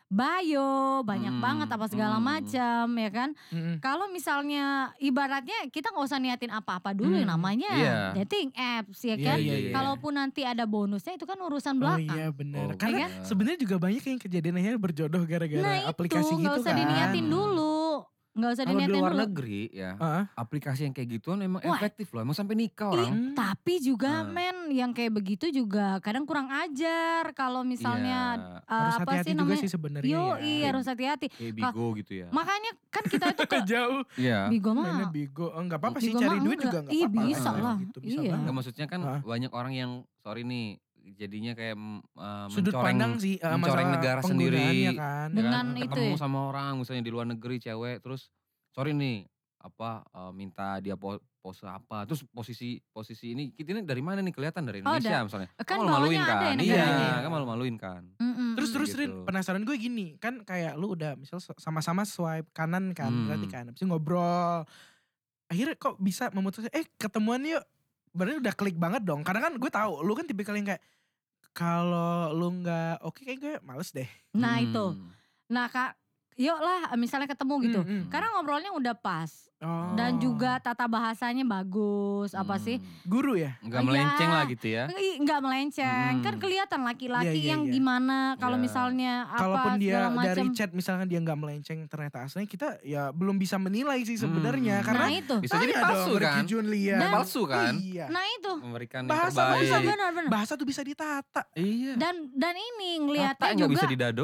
[SPEAKER 3] bio, banyak
[SPEAKER 2] Hmm,
[SPEAKER 3] banget apa segala
[SPEAKER 2] hmm.
[SPEAKER 3] macam ya kan.
[SPEAKER 1] Mm-mm.
[SPEAKER 3] Kalau misalnya ibaratnya kita nggak usah niatin apa-apa dulu yang
[SPEAKER 1] Hmm.
[SPEAKER 3] namanya
[SPEAKER 2] Iya.
[SPEAKER 3] dating apps ya
[SPEAKER 1] Iya,
[SPEAKER 3] kan.
[SPEAKER 1] iya, iya.
[SPEAKER 3] Kalaupun nanti ada bonusnya itu kan urusan
[SPEAKER 1] Oh
[SPEAKER 3] belakang.
[SPEAKER 1] iya benar.
[SPEAKER 2] Oh,
[SPEAKER 1] Karena
[SPEAKER 3] kan?
[SPEAKER 1] sebenarnya juga banyak yang kejadian akhirnya berjodoh gara-gara
[SPEAKER 3] Nah itu
[SPEAKER 1] aplikasi
[SPEAKER 3] nggak
[SPEAKER 1] gitu
[SPEAKER 3] usah
[SPEAKER 1] kan.
[SPEAKER 3] diniatin dulu, nggak usah
[SPEAKER 2] Kalau di
[SPEAKER 3] diniatin
[SPEAKER 2] luar
[SPEAKER 3] dulu.
[SPEAKER 2] negeri ya,
[SPEAKER 1] Heeh.
[SPEAKER 2] aplikasi yang kayak gituan emang
[SPEAKER 3] Wah.
[SPEAKER 2] efektif loh. Emang sampai nikah
[SPEAKER 3] Ih,
[SPEAKER 2] orang.
[SPEAKER 1] Hmm.
[SPEAKER 3] tapi juga
[SPEAKER 2] Nah.
[SPEAKER 3] men yang kayak begitu juga kadang kurang ajar kalau misalnya
[SPEAKER 2] Iya.
[SPEAKER 3] uh,
[SPEAKER 1] Harus
[SPEAKER 3] apa
[SPEAKER 1] hati-hati
[SPEAKER 3] sih
[SPEAKER 1] juga
[SPEAKER 3] namanya?
[SPEAKER 1] sih sebenarnya
[SPEAKER 3] Yo,
[SPEAKER 1] ya.
[SPEAKER 3] iya harus hati-hati.
[SPEAKER 2] Kayak
[SPEAKER 3] Ka-
[SPEAKER 2] Bigo gitu ya.
[SPEAKER 3] Makanya kan kita itu ke
[SPEAKER 1] Jauh.
[SPEAKER 2] Iya.
[SPEAKER 3] Bigo
[SPEAKER 1] Mainnya
[SPEAKER 3] mah.
[SPEAKER 1] Bigo. Oh, enggak apa-apa sih
[SPEAKER 3] Bigo
[SPEAKER 1] cari
[SPEAKER 3] mah
[SPEAKER 1] duit
[SPEAKER 3] enggak.
[SPEAKER 1] juga enggak
[SPEAKER 3] Ih,
[SPEAKER 1] apa-apa.
[SPEAKER 3] bisa
[SPEAKER 1] kan,
[SPEAKER 3] lah.
[SPEAKER 1] Gitu, bisa
[SPEAKER 3] Iya.
[SPEAKER 1] banget.
[SPEAKER 2] Enggak, maksudnya kan
[SPEAKER 1] Heeh.
[SPEAKER 2] banyak orang yang sorry nih jadinya kayak mm, uh,
[SPEAKER 1] Sudut
[SPEAKER 2] mencoreng
[SPEAKER 1] pandang sih uh,
[SPEAKER 2] mencoreng
[SPEAKER 1] masalah
[SPEAKER 2] negara
[SPEAKER 1] penggunaannya
[SPEAKER 2] sendiri.
[SPEAKER 1] kan.
[SPEAKER 2] ya
[SPEAKER 3] Dengan
[SPEAKER 2] kan?
[SPEAKER 3] itu
[SPEAKER 2] Ketemu
[SPEAKER 3] ya.
[SPEAKER 2] sama orang misalnya di luar negeri cewek terus sorry nih apa uh, minta dia po- pose apa terus posisi posisi ini kita ini dari mana nih kelihatan dari
[SPEAKER 3] Oh,
[SPEAKER 2] Indonesia
[SPEAKER 3] ada.
[SPEAKER 2] misalnya
[SPEAKER 3] Kan
[SPEAKER 2] malu-maluin
[SPEAKER 3] bawahnya ada
[SPEAKER 2] kan
[SPEAKER 3] ya
[SPEAKER 2] iya
[SPEAKER 3] negaranya.
[SPEAKER 2] kan malu-maluin kan
[SPEAKER 3] Mm-mm.
[SPEAKER 1] Terus terus
[SPEAKER 2] Gitu.
[SPEAKER 1] Rin, penasaran gue gini, kan kayak lu udah misal sama-sama swipe kanan kan, berarti
[SPEAKER 2] Hmm.
[SPEAKER 1] kan, habis itu ngobrol. Akhirnya kok bisa memutuskan, eh ketemuan yuk. Berarti udah klik banget dong, karena kan gue tahu lu kan tipikal yang kayak kalau lu nggak oke kayak gue males deh.
[SPEAKER 3] Nah
[SPEAKER 2] Hmm.
[SPEAKER 3] itu. Nah kak, yuk lah misalnya ketemu gitu.
[SPEAKER 1] Hmm, hmm.
[SPEAKER 3] Karena ngobrolnya udah pas.
[SPEAKER 1] Oh.
[SPEAKER 3] Dan juga tata bahasanya bagus, apa sih.
[SPEAKER 2] Hmm.
[SPEAKER 1] Guru ya?
[SPEAKER 2] Nggak
[SPEAKER 3] Ya.
[SPEAKER 2] melenceng lah gitu ya.
[SPEAKER 3] Ih, nggak melenceng.
[SPEAKER 2] Hmm.
[SPEAKER 3] Kan kelihatan laki-laki
[SPEAKER 1] Iya, iya,
[SPEAKER 3] yang
[SPEAKER 1] iya.
[SPEAKER 3] gimana. Kalau
[SPEAKER 2] Iya.
[SPEAKER 3] misalnya apa
[SPEAKER 1] Kalaupun dia
[SPEAKER 3] segala
[SPEAKER 1] dari
[SPEAKER 3] macam.
[SPEAKER 1] chat misalkan dia nggak melenceng ternyata aslinya, kita ya belum bisa menilai sih sebenarnya.
[SPEAKER 2] Hmm.
[SPEAKER 1] Karena
[SPEAKER 3] Nah itu.
[SPEAKER 2] Bisa jadi
[SPEAKER 1] tanya
[SPEAKER 2] palsu
[SPEAKER 1] dong,
[SPEAKER 2] kan?
[SPEAKER 1] Ricky Junior.
[SPEAKER 3] Dan-
[SPEAKER 2] Palsu kan?
[SPEAKER 1] Iya.
[SPEAKER 3] Nah itu.
[SPEAKER 2] Memberikan yang
[SPEAKER 1] Bahasa
[SPEAKER 2] terbaik.
[SPEAKER 3] Bisa benar-benar.
[SPEAKER 1] Bahasa tuh bisa ditata.
[SPEAKER 2] Iya.
[SPEAKER 3] Dan dan ini
[SPEAKER 2] Kata
[SPEAKER 3] ngelihatnya
[SPEAKER 2] nggak
[SPEAKER 3] juga
[SPEAKER 2] bisa didado.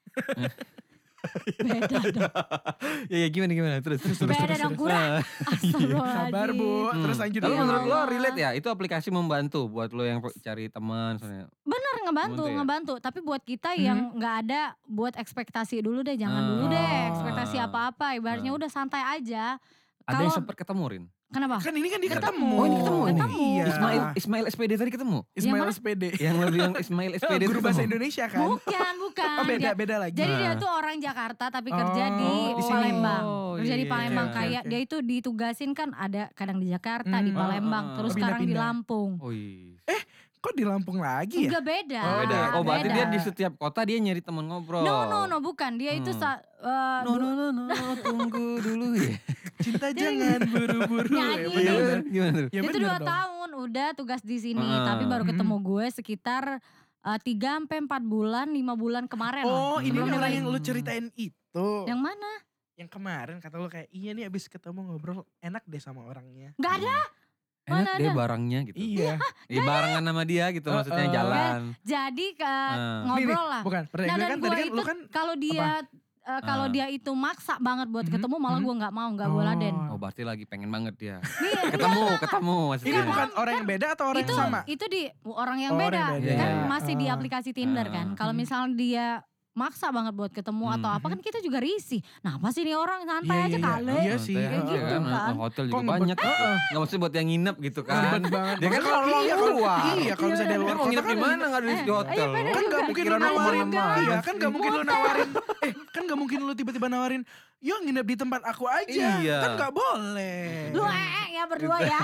[SPEAKER 3] beda dong.
[SPEAKER 2] Ya, ya gimana gimana terus terus terus.
[SPEAKER 3] Beda dong kurang. Astagfirullahaladzim.
[SPEAKER 1] Sabar bu,
[SPEAKER 2] Hmm.
[SPEAKER 1] terus lanjut
[SPEAKER 2] Tapi
[SPEAKER 3] Ya
[SPEAKER 1] dulu.
[SPEAKER 2] menurut lo
[SPEAKER 3] Allah.
[SPEAKER 2] relate ya? Itu aplikasi membantu buat lo yang cari teman misalnya.
[SPEAKER 3] Bener ngebantu,
[SPEAKER 2] Membantu ya?
[SPEAKER 3] ngebantu. Tapi buat kita
[SPEAKER 1] Hmm.
[SPEAKER 3] yang nggak ada, buat ekspektasi dulu deh, jangan
[SPEAKER 2] Ah.
[SPEAKER 3] dulu deh
[SPEAKER 1] Oh.
[SPEAKER 3] ekspektasi apa-apa. Ibaratnya
[SPEAKER 2] Ah.
[SPEAKER 3] udah santai aja.
[SPEAKER 2] Ada yang
[SPEAKER 3] Kalau
[SPEAKER 2] sempat ketemu Rin?
[SPEAKER 3] kenapa?
[SPEAKER 1] Kan ini kan dia
[SPEAKER 3] Ketemu.
[SPEAKER 1] ketemu.
[SPEAKER 2] Oh, ini ketemu ini?
[SPEAKER 3] Ketemu.
[SPEAKER 1] Iya.
[SPEAKER 2] Ismail Ismail S P D tadi ketemu?
[SPEAKER 1] Ismail
[SPEAKER 3] Yang
[SPEAKER 1] S P D.
[SPEAKER 2] Yang lo bilang Ismail S P D
[SPEAKER 1] Guru
[SPEAKER 2] itu
[SPEAKER 1] bahasa
[SPEAKER 2] ketemu?
[SPEAKER 1] Indonesia kan?
[SPEAKER 3] Bukan, bukan.
[SPEAKER 1] Oh beda,
[SPEAKER 3] Dia-
[SPEAKER 1] beda lagi.
[SPEAKER 3] Jadi dia
[SPEAKER 2] Nah.
[SPEAKER 3] tuh orang Jakarta tapi
[SPEAKER 1] Oh,
[SPEAKER 3] kerja di
[SPEAKER 1] di sini.
[SPEAKER 3] Palembang.
[SPEAKER 2] Oh,
[SPEAKER 3] Kerja di
[SPEAKER 2] iya.
[SPEAKER 3] Palembang
[SPEAKER 1] Oke,
[SPEAKER 3] kayak
[SPEAKER 1] oke.
[SPEAKER 3] dia itu ditugasin kan ada kadang di Jakarta, di
[SPEAKER 1] Hmm.
[SPEAKER 3] Palembang,
[SPEAKER 2] Ah, ah,
[SPEAKER 3] terus
[SPEAKER 1] ah.
[SPEAKER 3] sekarang di
[SPEAKER 1] Pindah-pindah.
[SPEAKER 3] Lampung.
[SPEAKER 2] Oh iya.
[SPEAKER 1] Kok di Lampung lagi ya?
[SPEAKER 3] Enggak beda.
[SPEAKER 1] Oh,
[SPEAKER 2] Beda. Oh berarti
[SPEAKER 3] beda.
[SPEAKER 2] dia di setiap kota dia nyari teman ngobrol.
[SPEAKER 3] No, no, no, bukan. Dia itu
[SPEAKER 2] Hmm.
[SPEAKER 3] sa- eh,
[SPEAKER 2] No
[SPEAKER 3] du-
[SPEAKER 2] no no no tunggu dulu ya.
[SPEAKER 1] Cinta jangan buru-buru.
[SPEAKER 3] Nyanyi.
[SPEAKER 1] Ya,
[SPEAKER 2] Iya
[SPEAKER 1] bener,
[SPEAKER 2] bener.
[SPEAKER 1] bener.
[SPEAKER 2] Gimana tuh?
[SPEAKER 1] Ya
[SPEAKER 3] Dia tuh
[SPEAKER 1] bener
[SPEAKER 3] dua
[SPEAKER 1] dong.
[SPEAKER 3] tahun udah tugas di sini,
[SPEAKER 2] Ah.
[SPEAKER 3] tapi baru
[SPEAKER 1] Mm.
[SPEAKER 3] ketemu gue sekitar eh, tiga sampai empat bulan, lima bulan kemarin lah.
[SPEAKER 1] Oh ini
[SPEAKER 3] Sebelum
[SPEAKER 1] nih
[SPEAKER 3] dia
[SPEAKER 1] orang
[SPEAKER 3] balik.
[SPEAKER 1] yang lu ceritain itu.
[SPEAKER 3] Yang mana?
[SPEAKER 1] Yang kemarin kata lu kayak iya nih abis ketemu ngobrol enak deh sama orangnya.
[SPEAKER 3] Gak ada.
[SPEAKER 2] Enak
[SPEAKER 3] Mana
[SPEAKER 2] deh
[SPEAKER 3] ada?
[SPEAKER 2] barangnya gitu.
[SPEAKER 1] Iya.
[SPEAKER 2] Ya barengan sama dia gitu maksudnya
[SPEAKER 1] Uh-uh.
[SPEAKER 2] jalan.
[SPEAKER 3] Jadi ke
[SPEAKER 2] Ah.
[SPEAKER 3] ngobrol
[SPEAKER 1] Nih, nih,
[SPEAKER 3] lah.
[SPEAKER 1] Bukan, pernah
[SPEAKER 3] Nah
[SPEAKER 1] gue
[SPEAKER 3] dan
[SPEAKER 1] kan
[SPEAKER 3] gue
[SPEAKER 1] tadi kan
[SPEAKER 3] itu
[SPEAKER 1] lu kan
[SPEAKER 3] kalau dia eh, kalau
[SPEAKER 2] Ah.
[SPEAKER 3] dia itu maksa banget buat
[SPEAKER 1] Mhm,
[SPEAKER 3] ketemu, malah
[SPEAKER 1] mhm.
[SPEAKER 3] gue nggak mau, nggak gue
[SPEAKER 1] Oh.
[SPEAKER 3] laden.
[SPEAKER 2] Oh berarti lagi pengen banget dia.
[SPEAKER 3] Iya,
[SPEAKER 2] Ketemu, ketemu
[SPEAKER 1] ini
[SPEAKER 2] maksudnya.
[SPEAKER 1] bukan orang yang beda atau orang
[SPEAKER 3] itu
[SPEAKER 1] yang sama?
[SPEAKER 3] itu di orang yang
[SPEAKER 1] Oh, orang
[SPEAKER 3] beda,
[SPEAKER 1] yang beda.
[SPEAKER 3] kan
[SPEAKER 2] Iya.
[SPEAKER 3] masih di
[SPEAKER 1] Ah.
[SPEAKER 3] aplikasi Tinder kan.
[SPEAKER 2] Ah.
[SPEAKER 3] Kalau
[SPEAKER 1] Hmm.
[SPEAKER 3] misalnya dia maksa banget buat ketemu atau
[SPEAKER 2] Hmm.
[SPEAKER 3] apa kan kita juga risih. Nah apa sih nih orang santai
[SPEAKER 1] Iya,
[SPEAKER 3] aja
[SPEAKER 1] iya,
[SPEAKER 3] kali.
[SPEAKER 1] Iya sih,
[SPEAKER 2] Santai
[SPEAKER 1] kayak
[SPEAKER 2] aja
[SPEAKER 1] gitu
[SPEAKER 3] kan.
[SPEAKER 2] Hotel
[SPEAKER 1] Kok
[SPEAKER 2] juga
[SPEAKER 1] ngebet-
[SPEAKER 2] banyak. gitu.
[SPEAKER 1] Heeh.
[SPEAKER 2] Nggak maksudnya buat yang nginep gitu kan.
[SPEAKER 1] Ribet banget.
[SPEAKER 2] Dia kan
[SPEAKER 1] Makanya
[SPEAKER 2] kalau
[SPEAKER 1] iya, kalau-
[SPEAKER 2] keluar.
[SPEAKER 1] Iya kalau misalnya dari
[SPEAKER 3] Iya,
[SPEAKER 1] luar
[SPEAKER 2] Mau
[SPEAKER 1] kota
[SPEAKER 2] nginep
[SPEAKER 1] kan
[SPEAKER 2] di mana nggak ada di
[SPEAKER 3] Eh,
[SPEAKER 2] hotel.
[SPEAKER 3] iya, bener
[SPEAKER 1] kan
[SPEAKER 3] juga.
[SPEAKER 1] gak mungkin lu
[SPEAKER 2] Pikiran
[SPEAKER 1] nawarin
[SPEAKER 2] orang mana
[SPEAKER 1] iya kan
[SPEAKER 2] sih?
[SPEAKER 1] gak mungkin lu nawarin eh kan gak mungkin lu tiba-tiba nawarin yuk nginep di tempat aku aja
[SPEAKER 2] Iya.
[SPEAKER 1] kan gak boleh.
[SPEAKER 3] Lu ee ya berdua ya.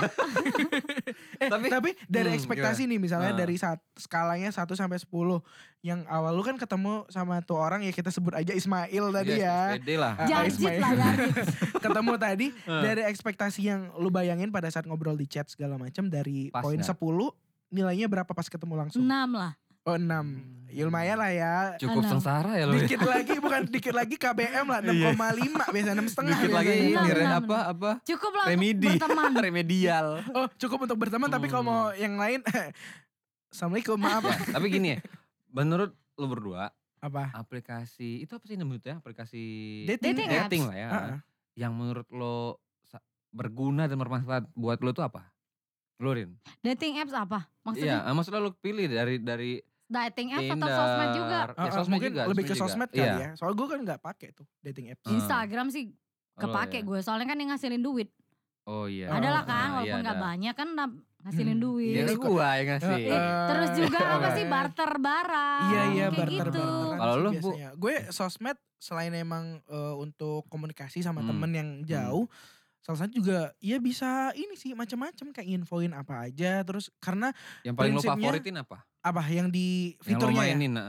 [SPEAKER 1] eh,
[SPEAKER 2] Tapi-
[SPEAKER 1] tapi, dari
[SPEAKER 2] Hmm,
[SPEAKER 1] ekspektasi nih misalnya
[SPEAKER 2] Ah.
[SPEAKER 1] dari sat, skalanya satu sampai sepuluh yang awal lu kan ketemu sama tuh orang ya kita sebut aja Ismail tadi ya.
[SPEAKER 2] S P D lah.
[SPEAKER 1] Ah,
[SPEAKER 3] Janjit
[SPEAKER 1] Ismail.
[SPEAKER 3] lah janjit.
[SPEAKER 1] Ketemu tadi
[SPEAKER 2] Ah.
[SPEAKER 1] dari ekspektasi yang lu bayangin pada saat ngobrol di chat segala macam dari
[SPEAKER 2] Pas
[SPEAKER 1] poin
[SPEAKER 2] nggak?
[SPEAKER 1] sepuluh nilainya berapa pas ketemu langsung?
[SPEAKER 3] Enam lah.
[SPEAKER 1] Oh enam. Ya lumayan lah ya.
[SPEAKER 2] Cukup
[SPEAKER 3] Enam.
[SPEAKER 2] sengsara ya lo. ya.
[SPEAKER 1] Dikit lagi bukan dikit lagi K B M lah enam koma lima biasa enam setengah.
[SPEAKER 2] Dikit lagi
[SPEAKER 3] Enam,
[SPEAKER 2] ini Ren,
[SPEAKER 3] enam,
[SPEAKER 2] apa apa
[SPEAKER 3] Cukup lah untuk
[SPEAKER 2] remedi.
[SPEAKER 3] berteman.
[SPEAKER 2] remedial.
[SPEAKER 1] Oh cukup untuk berteman tapi kalau mau yang lain Assalamualaikum maaf.
[SPEAKER 2] Ya, tapi gini ya, menurut lo berdua
[SPEAKER 1] Apa?
[SPEAKER 2] aplikasi itu apa sih namanya aplikasi
[SPEAKER 1] Dating,
[SPEAKER 3] Dating
[SPEAKER 1] apps.
[SPEAKER 2] dating lah ya.
[SPEAKER 1] Ah, ah.
[SPEAKER 2] Yang menurut lo sa- berguna dan bermanfaat buat lo tuh apa? Lo Rin?
[SPEAKER 3] Dating apps apa?
[SPEAKER 2] Iya,
[SPEAKER 3] Maksudnya
[SPEAKER 2] ah, maksudnya lo pilih dari dari
[SPEAKER 3] dating apps atau
[SPEAKER 2] Tinder.
[SPEAKER 3] sosmed juga?
[SPEAKER 2] Ya,
[SPEAKER 1] Ah, ah,
[SPEAKER 2] sosmed
[SPEAKER 1] mungkin
[SPEAKER 2] juga,
[SPEAKER 1] lebih ke
[SPEAKER 2] juga.
[SPEAKER 1] sosmed kali
[SPEAKER 2] Iya.
[SPEAKER 1] ya. Soalnya gue kan gak pakai tuh dating apps.
[SPEAKER 2] Ah.
[SPEAKER 3] Instagram sih kepake
[SPEAKER 2] iya.
[SPEAKER 3] gue, soalnya kan yang ngasilin duit.
[SPEAKER 2] Oh iya.
[SPEAKER 3] Ada lah
[SPEAKER 1] Oh,
[SPEAKER 3] kan,
[SPEAKER 2] Ah,
[SPEAKER 3] walaupun
[SPEAKER 2] iya
[SPEAKER 3] gak
[SPEAKER 2] ada.
[SPEAKER 3] banyak kan na- ngasilin
[SPEAKER 1] Hmm,
[SPEAKER 3] duit.
[SPEAKER 2] Iya,
[SPEAKER 1] Iya,
[SPEAKER 2] kan gua yang ngasih.
[SPEAKER 1] Eh,
[SPEAKER 3] Eh, Terus juga apa sih
[SPEAKER 1] eh,
[SPEAKER 3] barter barang.
[SPEAKER 1] Iya iya
[SPEAKER 3] kayak
[SPEAKER 1] barter
[SPEAKER 3] gitu.
[SPEAKER 1] barteran
[SPEAKER 2] Kalau
[SPEAKER 1] sih
[SPEAKER 2] lu, Bu?
[SPEAKER 1] biasanya. Gue sosmed selain emang eh, untuk komunikasi sama
[SPEAKER 2] Hmm.
[SPEAKER 1] temen yang jauh, salah satu juga ya bisa ini sih macam-macam kayak infoin apa aja terus karena
[SPEAKER 2] Yang paling lo
[SPEAKER 1] prinsipnya-
[SPEAKER 2] favoritin apa?
[SPEAKER 1] apa yang di
[SPEAKER 2] Yang lo
[SPEAKER 1] fiturnya ya.
[SPEAKER 2] mainin, nah.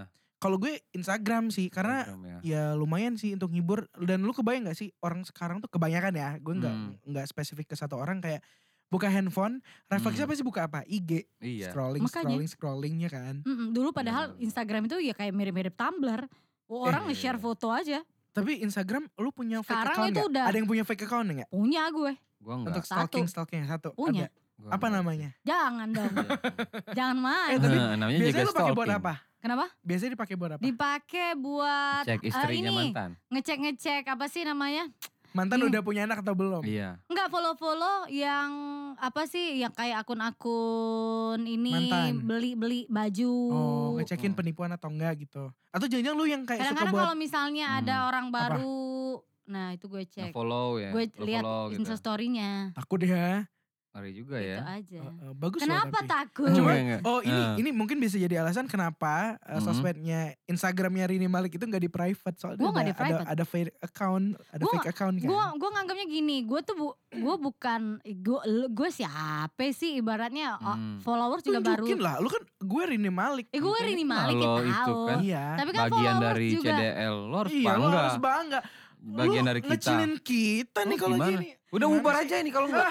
[SPEAKER 1] kalau gue Instagram sih karena
[SPEAKER 2] Instagram ya.
[SPEAKER 1] ya lumayan sih untuk ngibur. Dan lu kebayang gak sih orang sekarang tuh kebanyakan ya, gue nggak
[SPEAKER 2] Hmm.
[SPEAKER 1] nggak spesifik ke satu orang, kayak buka handphone refleksnya
[SPEAKER 2] Hmm.
[SPEAKER 1] pasti buka apa, I G,
[SPEAKER 2] Iya.
[SPEAKER 1] scrolling
[SPEAKER 3] Makanya.
[SPEAKER 1] scrolling scrollingnya kan.
[SPEAKER 3] Mm-mm, dulu padahal
[SPEAKER 2] Iya.
[SPEAKER 3] Instagram itu ya kayak mirip-mirip Tumblr. Orang
[SPEAKER 2] Eh.
[SPEAKER 3] nge-share foto aja.
[SPEAKER 1] Tapi Instagram lu punya fake
[SPEAKER 3] Sekarang
[SPEAKER 1] account
[SPEAKER 3] itu
[SPEAKER 1] nggak?
[SPEAKER 3] udah-
[SPEAKER 1] Ada yang punya fake account nggak?
[SPEAKER 3] Punya gue.
[SPEAKER 2] Gua enggak.
[SPEAKER 1] Untuk
[SPEAKER 3] Satu.
[SPEAKER 1] stalking stalking satu.
[SPEAKER 3] Punya.
[SPEAKER 1] Ada.
[SPEAKER 2] Gua
[SPEAKER 1] Apa
[SPEAKER 2] enggak
[SPEAKER 1] namanya?
[SPEAKER 3] Jangan dong. Jangan main.
[SPEAKER 1] Eh, tapi
[SPEAKER 2] namanya
[SPEAKER 1] biasanya
[SPEAKER 2] juga
[SPEAKER 1] lu pakai buat
[SPEAKER 2] stalking.
[SPEAKER 1] apa?
[SPEAKER 3] Kenapa?
[SPEAKER 1] Biasanya dipakai buat apa?
[SPEAKER 3] Dipakai buat
[SPEAKER 2] Cek
[SPEAKER 3] eh,
[SPEAKER 2] istrinya
[SPEAKER 3] ini
[SPEAKER 2] mantan.
[SPEAKER 3] ngecek-ngecek apa sih namanya?
[SPEAKER 1] Mantan
[SPEAKER 3] Iya.
[SPEAKER 1] udah punya anak atau belum?
[SPEAKER 2] Iya.
[SPEAKER 3] Enggak follow-follow yang apa sih yang kayak akun-akun ini
[SPEAKER 1] Mantan.
[SPEAKER 3] beli-beli baju.
[SPEAKER 1] Oh, ngecekin
[SPEAKER 2] Oh.
[SPEAKER 1] penipuan atau enggak gitu. Atau jangan-jangan lu yang kayak suka
[SPEAKER 3] Kadang-kadang
[SPEAKER 1] buat
[SPEAKER 3] kalau misalnya ada
[SPEAKER 2] Hmm.
[SPEAKER 3] orang baru, nah itu gue cek.
[SPEAKER 2] Follow ya.
[SPEAKER 3] Gue
[SPEAKER 2] Lu
[SPEAKER 3] lihat
[SPEAKER 2] follow gitu.
[SPEAKER 3] instastory-nya.
[SPEAKER 1] takut ya.
[SPEAKER 2] Ngeri juga
[SPEAKER 3] Gitu
[SPEAKER 2] ya.
[SPEAKER 3] aja.
[SPEAKER 1] Eh, eh, bagus loh
[SPEAKER 3] Kenapa
[SPEAKER 1] tapi.
[SPEAKER 3] takut?
[SPEAKER 1] Cuma,
[SPEAKER 2] Enggak, enggak.
[SPEAKER 1] oh ini
[SPEAKER 2] Eh.
[SPEAKER 1] ini mungkin bisa jadi alasan kenapa uh,
[SPEAKER 2] Hmm.
[SPEAKER 1] sosmednya Instagramnya Rini Malik itu nggak di private, soalnya
[SPEAKER 3] Gua nggak
[SPEAKER 1] ada,
[SPEAKER 3] di private.
[SPEAKER 1] ada ada fake account, ada
[SPEAKER 3] Gua
[SPEAKER 1] fake account kan.
[SPEAKER 3] Gue gue nganggapnya gini, gue tuh bu, gue bukan gue gue siapa sih ibaratnya oh,
[SPEAKER 2] Hmm.
[SPEAKER 3] followers juga baru.
[SPEAKER 1] Tunjukin lah, lu kan gue Rini Malik.
[SPEAKER 3] Eh gue Rini Malik
[SPEAKER 2] Halo,
[SPEAKER 3] ya
[SPEAKER 2] itu
[SPEAKER 3] tahu.
[SPEAKER 2] kan.
[SPEAKER 1] Iya.
[SPEAKER 3] Tapi kan
[SPEAKER 2] Bagian
[SPEAKER 3] followers
[SPEAKER 2] dari
[SPEAKER 3] juga.
[SPEAKER 2] C D L. Lo harus
[SPEAKER 1] Iya, lu
[SPEAKER 2] bangga.
[SPEAKER 1] harus bangga.
[SPEAKER 2] Bagian
[SPEAKER 1] Lu
[SPEAKER 2] dari kita.
[SPEAKER 1] ngecilin kita nih
[SPEAKER 2] Lu
[SPEAKER 1] kalau
[SPEAKER 2] gimana?
[SPEAKER 1] gini.
[SPEAKER 2] Udah
[SPEAKER 1] Gimana
[SPEAKER 2] bubar
[SPEAKER 1] sih?
[SPEAKER 2] aja ini kalau enggak.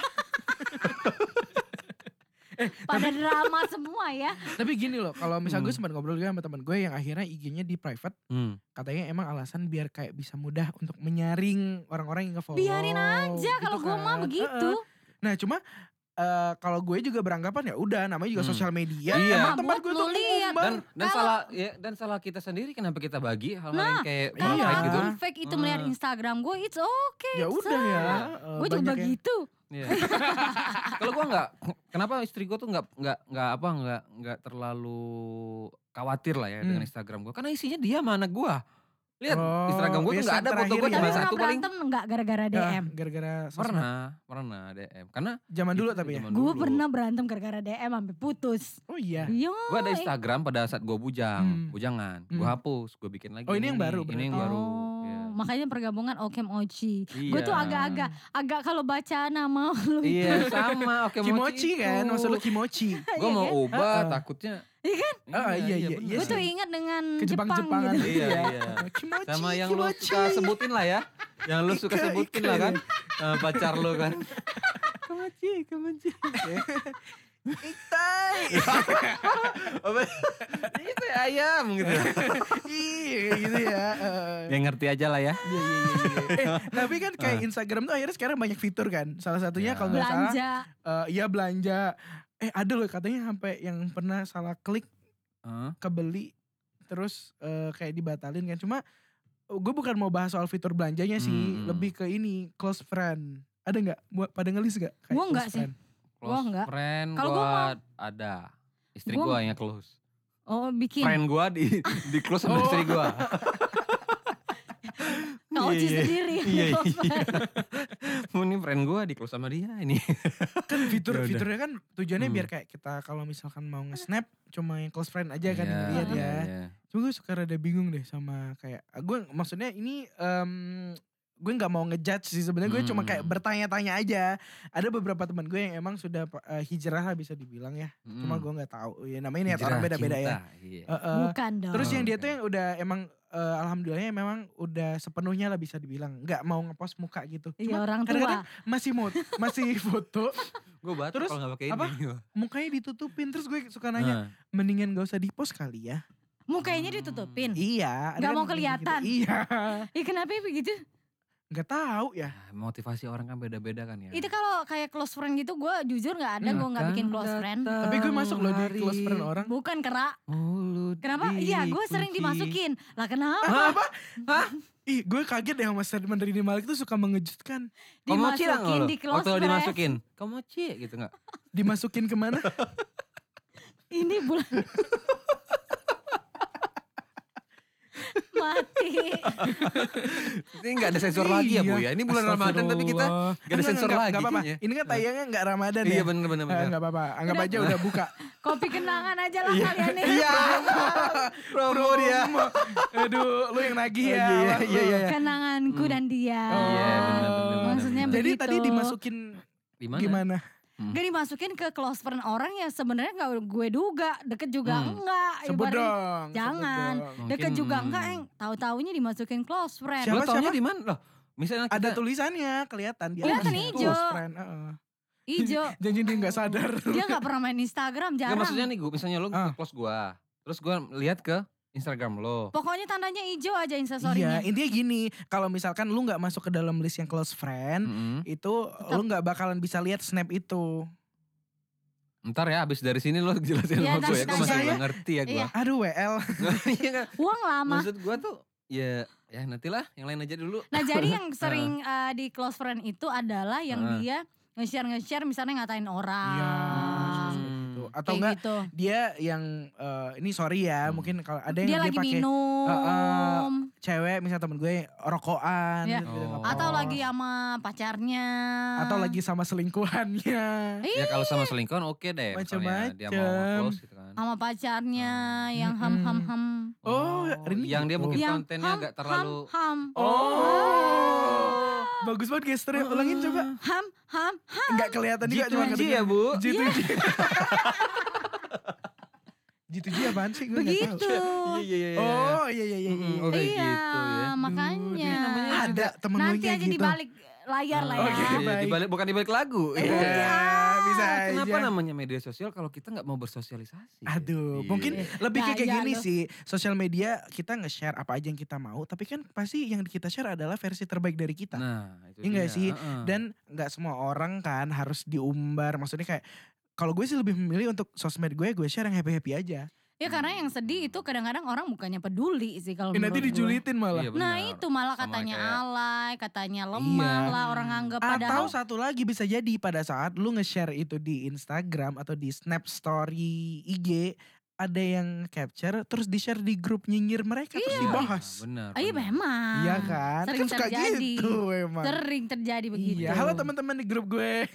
[SPEAKER 3] Pada drama semua ya.
[SPEAKER 1] Tapi gini loh, kalau misal gue
[SPEAKER 2] Hmm.
[SPEAKER 1] sempat ngobrol juga sama teman gue yang akhirnya I G-nya di private,
[SPEAKER 2] Hmm.
[SPEAKER 1] katanya emang alasan biar kayak bisa mudah untuk menyaring orang-orang yang nge-follow.
[SPEAKER 3] Biarin aja
[SPEAKER 1] gitu
[SPEAKER 3] kalau gue mah
[SPEAKER 1] kan.
[SPEAKER 3] begitu.
[SPEAKER 1] Heeh. Nah cuma eh, kalau gue juga beranggapan ya udah namanya juga
[SPEAKER 2] Hmm.
[SPEAKER 1] sosial media.
[SPEAKER 2] Iya.
[SPEAKER 1] Emang tempat
[SPEAKER 3] Buat
[SPEAKER 1] gue
[SPEAKER 3] lu
[SPEAKER 1] tuh
[SPEAKER 3] lihat.
[SPEAKER 1] ngumbar.
[SPEAKER 2] Dan dan
[SPEAKER 3] Kalau-
[SPEAKER 2] salah ya dan salah kita sendiri kenapa kita bagi hal-hal yang kayak
[SPEAKER 3] Kalau
[SPEAKER 1] Iya.
[SPEAKER 2] kayak gitu.
[SPEAKER 3] akun fake itu melihat
[SPEAKER 2] Hmm.
[SPEAKER 3] Instagram gue, it's okay.
[SPEAKER 1] Ya
[SPEAKER 3] it's
[SPEAKER 1] udah ya.
[SPEAKER 3] fine.
[SPEAKER 1] eh,
[SPEAKER 3] Gue juga
[SPEAKER 1] banyak yang-
[SPEAKER 3] begitu.
[SPEAKER 2] Iya. Kalau gua enggak, kenapa istri gua tuh enggak enggak enggak apa enggak enggak terlalu khawatir lah ya
[SPEAKER 1] Hmm.
[SPEAKER 2] dengan Instagram gua. Karena isinya dia sama anak gua. Lihat
[SPEAKER 1] Oh,
[SPEAKER 2] Instagram gua
[SPEAKER 1] iya,
[SPEAKER 2] tuh enggak ada
[SPEAKER 1] yang
[SPEAKER 2] foto gua
[SPEAKER 1] terakhir
[SPEAKER 2] cuma
[SPEAKER 3] Tapi
[SPEAKER 1] ya.
[SPEAKER 3] pernah
[SPEAKER 2] satu paling.
[SPEAKER 3] berantem enggak gara-gara D
[SPEAKER 1] Ya,
[SPEAKER 3] M?
[SPEAKER 1] gara-gara sosmed.
[SPEAKER 2] Pernah, pernah D M. Karena
[SPEAKER 1] Zaman dulu
[SPEAKER 2] itu
[SPEAKER 1] tapi ya.
[SPEAKER 2] zaman
[SPEAKER 3] Gue
[SPEAKER 2] dulu.
[SPEAKER 3] pernah berantem gara-gara D M sampai putus.
[SPEAKER 1] Oh iya.
[SPEAKER 3] Iya.
[SPEAKER 2] Gua ada Instagram pada saat gua bujang,
[SPEAKER 1] Hmm.
[SPEAKER 2] bujangan.
[SPEAKER 1] Hmm.
[SPEAKER 2] Gua hapus, gua bikin lagi.
[SPEAKER 1] Oh, ini yang baru
[SPEAKER 2] Ini yang
[SPEAKER 1] berarti.
[SPEAKER 2] baru.
[SPEAKER 3] Oh,
[SPEAKER 2] Iya.
[SPEAKER 3] makanya pergabungan Okem Ochi. Gue tuh
[SPEAKER 2] Iya.
[SPEAKER 3] agak-agak agak kalau baca nama lu
[SPEAKER 2] Iya, sama. Oke,
[SPEAKER 1] Kimochi kan, maksud lu kimochi.
[SPEAKER 2] Gua mau
[SPEAKER 3] Iya
[SPEAKER 2] ubah,
[SPEAKER 1] Heeh.
[SPEAKER 2] takutnya.
[SPEAKER 3] Iya kan?
[SPEAKER 1] Ah, iya, iya,
[SPEAKER 2] bener.
[SPEAKER 1] iya
[SPEAKER 3] Gue tuh
[SPEAKER 1] sih.
[SPEAKER 3] ingat dengan
[SPEAKER 1] Ke
[SPEAKER 3] Jepang
[SPEAKER 1] Jepang-Jepangan
[SPEAKER 3] gitu.
[SPEAKER 2] Iya,
[SPEAKER 1] ya.
[SPEAKER 2] iya.
[SPEAKER 1] Kimochi,
[SPEAKER 2] Sama yang lu
[SPEAKER 1] kimochi.
[SPEAKER 2] suka sebutin lah ya. Yang lu suka
[SPEAKER 1] Ika,
[SPEAKER 2] sebutin
[SPEAKER 1] Ika
[SPEAKER 2] lah kan.
[SPEAKER 1] ya.
[SPEAKER 2] Eh, pacar lu kan. Kemaci, kemaci.
[SPEAKER 1] Itai.
[SPEAKER 2] Apa? Itu ayam gitu.
[SPEAKER 1] Iya gitu ya. eh.
[SPEAKER 2] Ya ngerti aja lah ya.
[SPEAKER 1] Iya iya iya. iya. Eh, tapi kan kayak Instagram tuh akhirnya sekarang banyak fitur kan. Salah satunya
[SPEAKER 2] Ya.
[SPEAKER 1] kalau nggak salah,
[SPEAKER 3] Belanja.
[SPEAKER 1] eh, iya belanja. Eh ada loh katanya sampai yang pernah salah klik
[SPEAKER 2] Heeh.
[SPEAKER 1] kebeli terus eh, kayak dibatalin kan. Cuma gue bukan mau bahas soal fitur belanjanya sih,
[SPEAKER 2] Hmm.
[SPEAKER 1] lebih ke ini close friend. Ada nggak? Buat pada ngelis gak? Kayak
[SPEAKER 3] Gua
[SPEAKER 1] close
[SPEAKER 3] nggak sih.
[SPEAKER 1] friend?
[SPEAKER 3] Gua
[SPEAKER 2] Close
[SPEAKER 3] enggak.
[SPEAKER 2] friend
[SPEAKER 3] Kalau
[SPEAKER 2] gua,
[SPEAKER 3] gua
[SPEAKER 2] ada. Istri
[SPEAKER 3] Gua-
[SPEAKER 2] gua yang close.
[SPEAKER 3] Oh bikin.
[SPEAKER 2] Friend gua di di close sama
[SPEAKER 1] Oh.
[SPEAKER 2] istri gua.
[SPEAKER 3] Kak Oci
[SPEAKER 2] Iya, iya.
[SPEAKER 3] sendiri. yang
[SPEAKER 2] Iya,
[SPEAKER 3] close
[SPEAKER 2] iya.
[SPEAKER 3] friend.
[SPEAKER 2] Ini friend gua di close sama dia ini.
[SPEAKER 1] Kan fitur
[SPEAKER 2] Ya udah.
[SPEAKER 1] fiturnya kan tujuannya
[SPEAKER 2] Hmm.
[SPEAKER 1] biar kayak kita kalau misalkan mau nge-snap cuma yang close friend aja kan
[SPEAKER 2] Iya,
[SPEAKER 1] yang ngeliat ya.
[SPEAKER 2] iya.
[SPEAKER 1] Cuma gue suka rada bingung deh sama kayak gue maksudnya ini em, gue nggak mau ngejudge sih sebenarnya, gue cuma kayak
[SPEAKER 2] Hmm.
[SPEAKER 1] bertanya-tanya aja. Ada beberapa teman gue yang emang sudah eh, hijrah lah bisa dibilang ya. Cuma
[SPEAKER 2] Hmm.
[SPEAKER 1] gue nggak tahu ya namanya niat
[SPEAKER 2] Hijrah
[SPEAKER 1] orang beda-beda ya.
[SPEAKER 2] cinta, iya.
[SPEAKER 1] Eh, eh.
[SPEAKER 3] Bukan dong.
[SPEAKER 1] Terus yang dia
[SPEAKER 2] Oke.
[SPEAKER 1] tuh yang udah emang eh, alhamdulillahnya memang udah sepenuhnya lah bisa dibilang nggak mau ngepost muka gitu.
[SPEAKER 3] Iya
[SPEAKER 1] Cuma
[SPEAKER 3] orang
[SPEAKER 1] kadang-kadang
[SPEAKER 3] tua.
[SPEAKER 1] masih mot masih foto
[SPEAKER 2] Gue batuk
[SPEAKER 1] Terus,
[SPEAKER 2] kalau gak pakai
[SPEAKER 1] apa?
[SPEAKER 2] ini.
[SPEAKER 1] mukanya ditutupin, terus gue suka nanya
[SPEAKER 2] Nah,
[SPEAKER 1] mendingan gak usah di post kali ya.
[SPEAKER 3] Mukanya ditutupin.
[SPEAKER 1] Iya. ada
[SPEAKER 3] Nggak
[SPEAKER 1] kan
[SPEAKER 3] mau
[SPEAKER 1] yang
[SPEAKER 3] kelihatan.
[SPEAKER 1] gitu. Iya.
[SPEAKER 3] Ih kenapa begitu?
[SPEAKER 1] Nggak tahu ya.
[SPEAKER 2] motivasi orang kan beda-beda kan ya.
[SPEAKER 3] Itu kalau kayak close friend gitu gue jujur gak ada,
[SPEAKER 1] Hmm.
[SPEAKER 3] gue gak bikin close friend.
[SPEAKER 1] Tapi gue masuk loh di close friend orang.
[SPEAKER 3] Bukan kerak.
[SPEAKER 2] Mulut
[SPEAKER 3] Kenapa? Iya gue sering
[SPEAKER 2] dikunci.
[SPEAKER 3] dimasukin. Lah kenapa?
[SPEAKER 1] Hah, apa? Hah? Ih, gue kaget deh sama statement Rini Malik tuh suka mengejutkan.
[SPEAKER 2] Kamu cie gak
[SPEAKER 3] Dimasukin
[SPEAKER 2] lo?
[SPEAKER 3] di close
[SPEAKER 2] Waktu lo
[SPEAKER 3] friend.
[SPEAKER 2] dimasukin. Kamu cie gitu gak?
[SPEAKER 1] Dimasukin kemana?
[SPEAKER 3] Ini bulan. Mati.
[SPEAKER 2] Ini gak ada sensor lagi ya Bu ya. Ini bulan Ramadan tapi kita
[SPEAKER 1] Astagfirullah.
[SPEAKER 2] gak ada sensor
[SPEAKER 1] Enggak,
[SPEAKER 2] lagi.
[SPEAKER 1] enggak apa-apa.
[SPEAKER 2] jadinya.
[SPEAKER 1] Ini kan tayangnya gak Ramadan ya.
[SPEAKER 2] Iya bener-bener.
[SPEAKER 1] Eh, Enggak apa-apa. Anggap aja udah buka.
[SPEAKER 3] Kopi kenangan aja lah
[SPEAKER 2] Iya.
[SPEAKER 3] kalian nih.
[SPEAKER 2] Iya. Promo dia.
[SPEAKER 1] Aduh, lu yang nagih ya.
[SPEAKER 2] Iya, iya,
[SPEAKER 1] Wah,
[SPEAKER 2] iya, iya.
[SPEAKER 3] Kenanganku dan dia.
[SPEAKER 1] Oh.
[SPEAKER 2] Iya, bener-bener.
[SPEAKER 3] Maksudnya
[SPEAKER 1] Jadi
[SPEAKER 3] begitu.
[SPEAKER 1] tadi dimasukin
[SPEAKER 2] Di mana?
[SPEAKER 1] gimana?
[SPEAKER 2] Hmm.
[SPEAKER 3] gak dimasukin ke close friend orang yang sebenarnya nggak gue duga, deket juga
[SPEAKER 2] Hmm.
[SPEAKER 3] enggak.
[SPEAKER 1] Sebut
[SPEAKER 3] ibaratnya.
[SPEAKER 1] dong.
[SPEAKER 3] Jangan.
[SPEAKER 1] sebut dong.
[SPEAKER 3] Deket
[SPEAKER 2] Mungkin,
[SPEAKER 3] juga
[SPEAKER 2] hmm.
[SPEAKER 3] enggak, yang tahu-taunya dimasukin close friend.
[SPEAKER 1] Siapa,
[SPEAKER 2] Lo taunya
[SPEAKER 1] siapa?
[SPEAKER 2] di mana loh? Misalnya kita
[SPEAKER 1] Ada tulisannya kelihatan dia.
[SPEAKER 3] Kelihatan
[SPEAKER 1] ada
[SPEAKER 3] hijau.
[SPEAKER 1] close friend, heeh.
[SPEAKER 3] Ijo.
[SPEAKER 1] Janji dia nggak sadar.
[SPEAKER 3] Dia nggak pernah main Instagram,
[SPEAKER 2] Nggak,
[SPEAKER 3] jarang.
[SPEAKER 2] maksudnya nih gue misalnya lo
[SPEAKER 1] Ah.
[SPEAKER 2] close gua. Terus gua lihat ke Instagram lo.
[SPEAKER 3] Pokoknya tandanya hijau aja
[SPEAKER 1] Iya,
[SPEAKER 3] instastorynya.
[SPEAKER 1] intinya gini, kalau misalkan lu nggak masuk ke dalam list yang close friend,
[SPEAKER 2] Mm-mm.
[SPEAKER 1] itu
[SPEAKER 3] Tetap.
[SPEAKER 1] lu nggak bakalan bisa lihat snap itu.
[SPEAKER 2] Ntar ya abis dari sini lo jelasin
[SPEAKER 3] Iya,
[SPEAKER 2] sama gue ya.
[SPEAKER 3] ntar
[SPEAKER 2] Gue masih
[SPEAKER 1] saya-
[SPEAKER 2] belum ngerti ya gue.
[SPEAKER 3] Iya.
[SPEAKER 1] Aduh W L.
[SPEAKER 2] Iya kan?
[SPEAKER 3] Uang lama.
[SPEAKER 2] Maksud gue tuh ya ya nantilah yang lain aja dulu.
[SPEAKER 3] Nah jadi yang sering uh, di close friend itu adalah yang
[SPEAKER 2] Ah.
[SPEAKER 3] dia nge-share nge-share misalnya ngatain orang.
[SPEAKER 1] Iya,
[SPEAKER 2] Hmm.
[SPEAKER 1] gitu. Atau
[SPEAKER 3] Kayak
[SPEAKER 1] enggak
[SPEAKER 3] gitu.
[SPEAKER 1] dia yang eh, ini sorry ya,
[SPEAKER 2] Hmm.
[SPEAKER 1] mungkin kalau ada yang
[SPEAKER 3] Dia
[SPEAKER 1] dia,
[SPEAKER 3] lagi
[SPEAKER 1] pakai
[SPEAKER 3] minum.
[SPEAKER 1] Heeh. cewek, misalnya temen gue rokokan,
[SPEAKER 3] Iya.
[SPEAKER 1] gitu,
[SPEAKER 2] Oh.
[SPEAKER 3] Atau
[SPEAKER 1] ngepost.
[SPEAKER 3] lagi sama pacarnya.
[SPEAKER 1] atau lagi sama selingkuhannya.
[SPEAKER 3] Ih,
[SPEAKER 2] Ya kalau sama selingkuhan oke deh. Misalnya dia mau
[SPEAKER 1] Macem-macem.
[SPEAKER 2] close gitu kan.
[SPEAKER 3] sama pacarnya
[SPEAKER 2] Oh.
[SPEAKER 3] yang ham ham ham.
[SPEAKER 1] Oh, Rini
[SPEAKER 2] yang dia
[SPEAKER 1] gitu.
[SPEAKER 2] mungkin
[SPEAKER 3] Yang
[SPEAKER 2] kontennya
[SPEAKER 3] ham,
[SPEAKER 2] agak terlalu
[SPEAKER 3] ham, ham.
[SPEAKER 1] Oh. Bagus banget gesternya. Ulangin coba.
[SPEAKER 3] Ham ham ham.
[SPEAKER 1] Enggak kelihatan juga cuma
[SPEAKER 2] G dua G
[SPEAKER 1] kedengeran.
[SPEAKER 2] ya, Bu?
[SPEAKER 1] G dua G. G dua G apaan sih? Gue nggak
[SPEAKER 3] Begitu.
[SPEAKER 1] tahu.
[SPEAKER 2] Iya iya iya.
[SPEAKER 1] Oh iya iya iya.
[SPEAKER 2] Mm-mm,
[SPEAKER 1] iya.
[SPEAKER 2] oh, kayak
[SPEAKER 3] Iya,
[SPEAKER 2] gitu ya.
[SPEAKER 3] makanya.
[SPEAKER 1] Duh,
[SPEAKER 2] namanya
[SPEAKER 1] ada temen gue
[SPEAKER 3] Nanti
[SPEAKER 1] kayak
[SPEAKER 3] aja
[SPEAKER 1] gitu.
[SPEAKER 3] di balik layar lah ya.
[SPEAKER 1] Oke,
[SPEAKER 2] Iya,
[SPEAKER 1] baik.
[SPEAKER 2] dibalik, bukan dibalik lagu.
[SPEAKER 1] Iya,
[SPEAKER 2] Iya.
[SPEAKER 1] bisa aja.
[SPEAKER 2] Kenapa namanya media sosial kalau kita nggak mau bersosialisasi?
[SPEAKER 1] Aduh,
[SPEAKER 2] Iya.
[SPEAKER 1] mungkin lebih kayak
[SPEAKER 3] Gaya
[SPEAKER 1] gini
[SPEAKER 3] lu.
[SPEAKER 1] sih. Sosial media kita nge-share apa aja yang kita mau, tapi kan pasti yang kita share adalah versi terbaik dari kita.
[SPEAKER 2] Nah, itu
[SPEAKER 1] Iya nggak
[SPEAKER 2] dia.
[SPEAKER 1] sih?
[SPEAKER 2] Heeh.
[SPEAKER 1] Dan nggak semua orang kan harus diumbar. Maksudnya kayak kalau gue sih lebih memilih untuk sosmed gue, gue share yang happy-happy aja.
[SPEAKER 3] Ya karena yang sedih itu kadang-kadang orang bukannya peduli sih kalau
[SPEAKER 1] Eh, nanti
[SPEAKER 3] menurut gue.
[SPEAKER 1] dijulitin malah.
[SPEAKER 2] Iya,
[SPEAKER 3] Nah
[SPEAKER 2] benar.
[SPEAKER 3] itu malah
[SPEAKER 2] Sama
[SPEAKER 3] katanya
[SPEAKER 2] kayak-
[SPEAKER 3] alay, katanya lemah
[SPEAKER 1] Iya.
[SPEAKER 3] lah orang anggap
[SPEAKER 1] Atau
[SPEAKER 3] padahal.
[SPEAKER 1] satu lagi bisa jadi pada saat lu nge-share itu di Instagram atau di Snap Story I G, ada yang capture terus di-share di grup nyinyir mereka terus
[SPEAKER 3] Iya.
[SPEAKER 1] dibahas.
[SPEAKER 2] Benar.
[SPEAKER 3] Ah, iya
[SPEAKER 2] benar.
[SPEAKER 3] memang.
[SPEAKER 1] Iya kan?
[SPEAKER 3] Sering
[SPEAKER 1] Kan suka
[SPEAKER 3] terjadi.
[SPEAKER 1] gitu emang.
[SPEAKER 3] Sering terjadi begitu.
[SPEAKER 1] Iya, halo teman-teman di grup gue.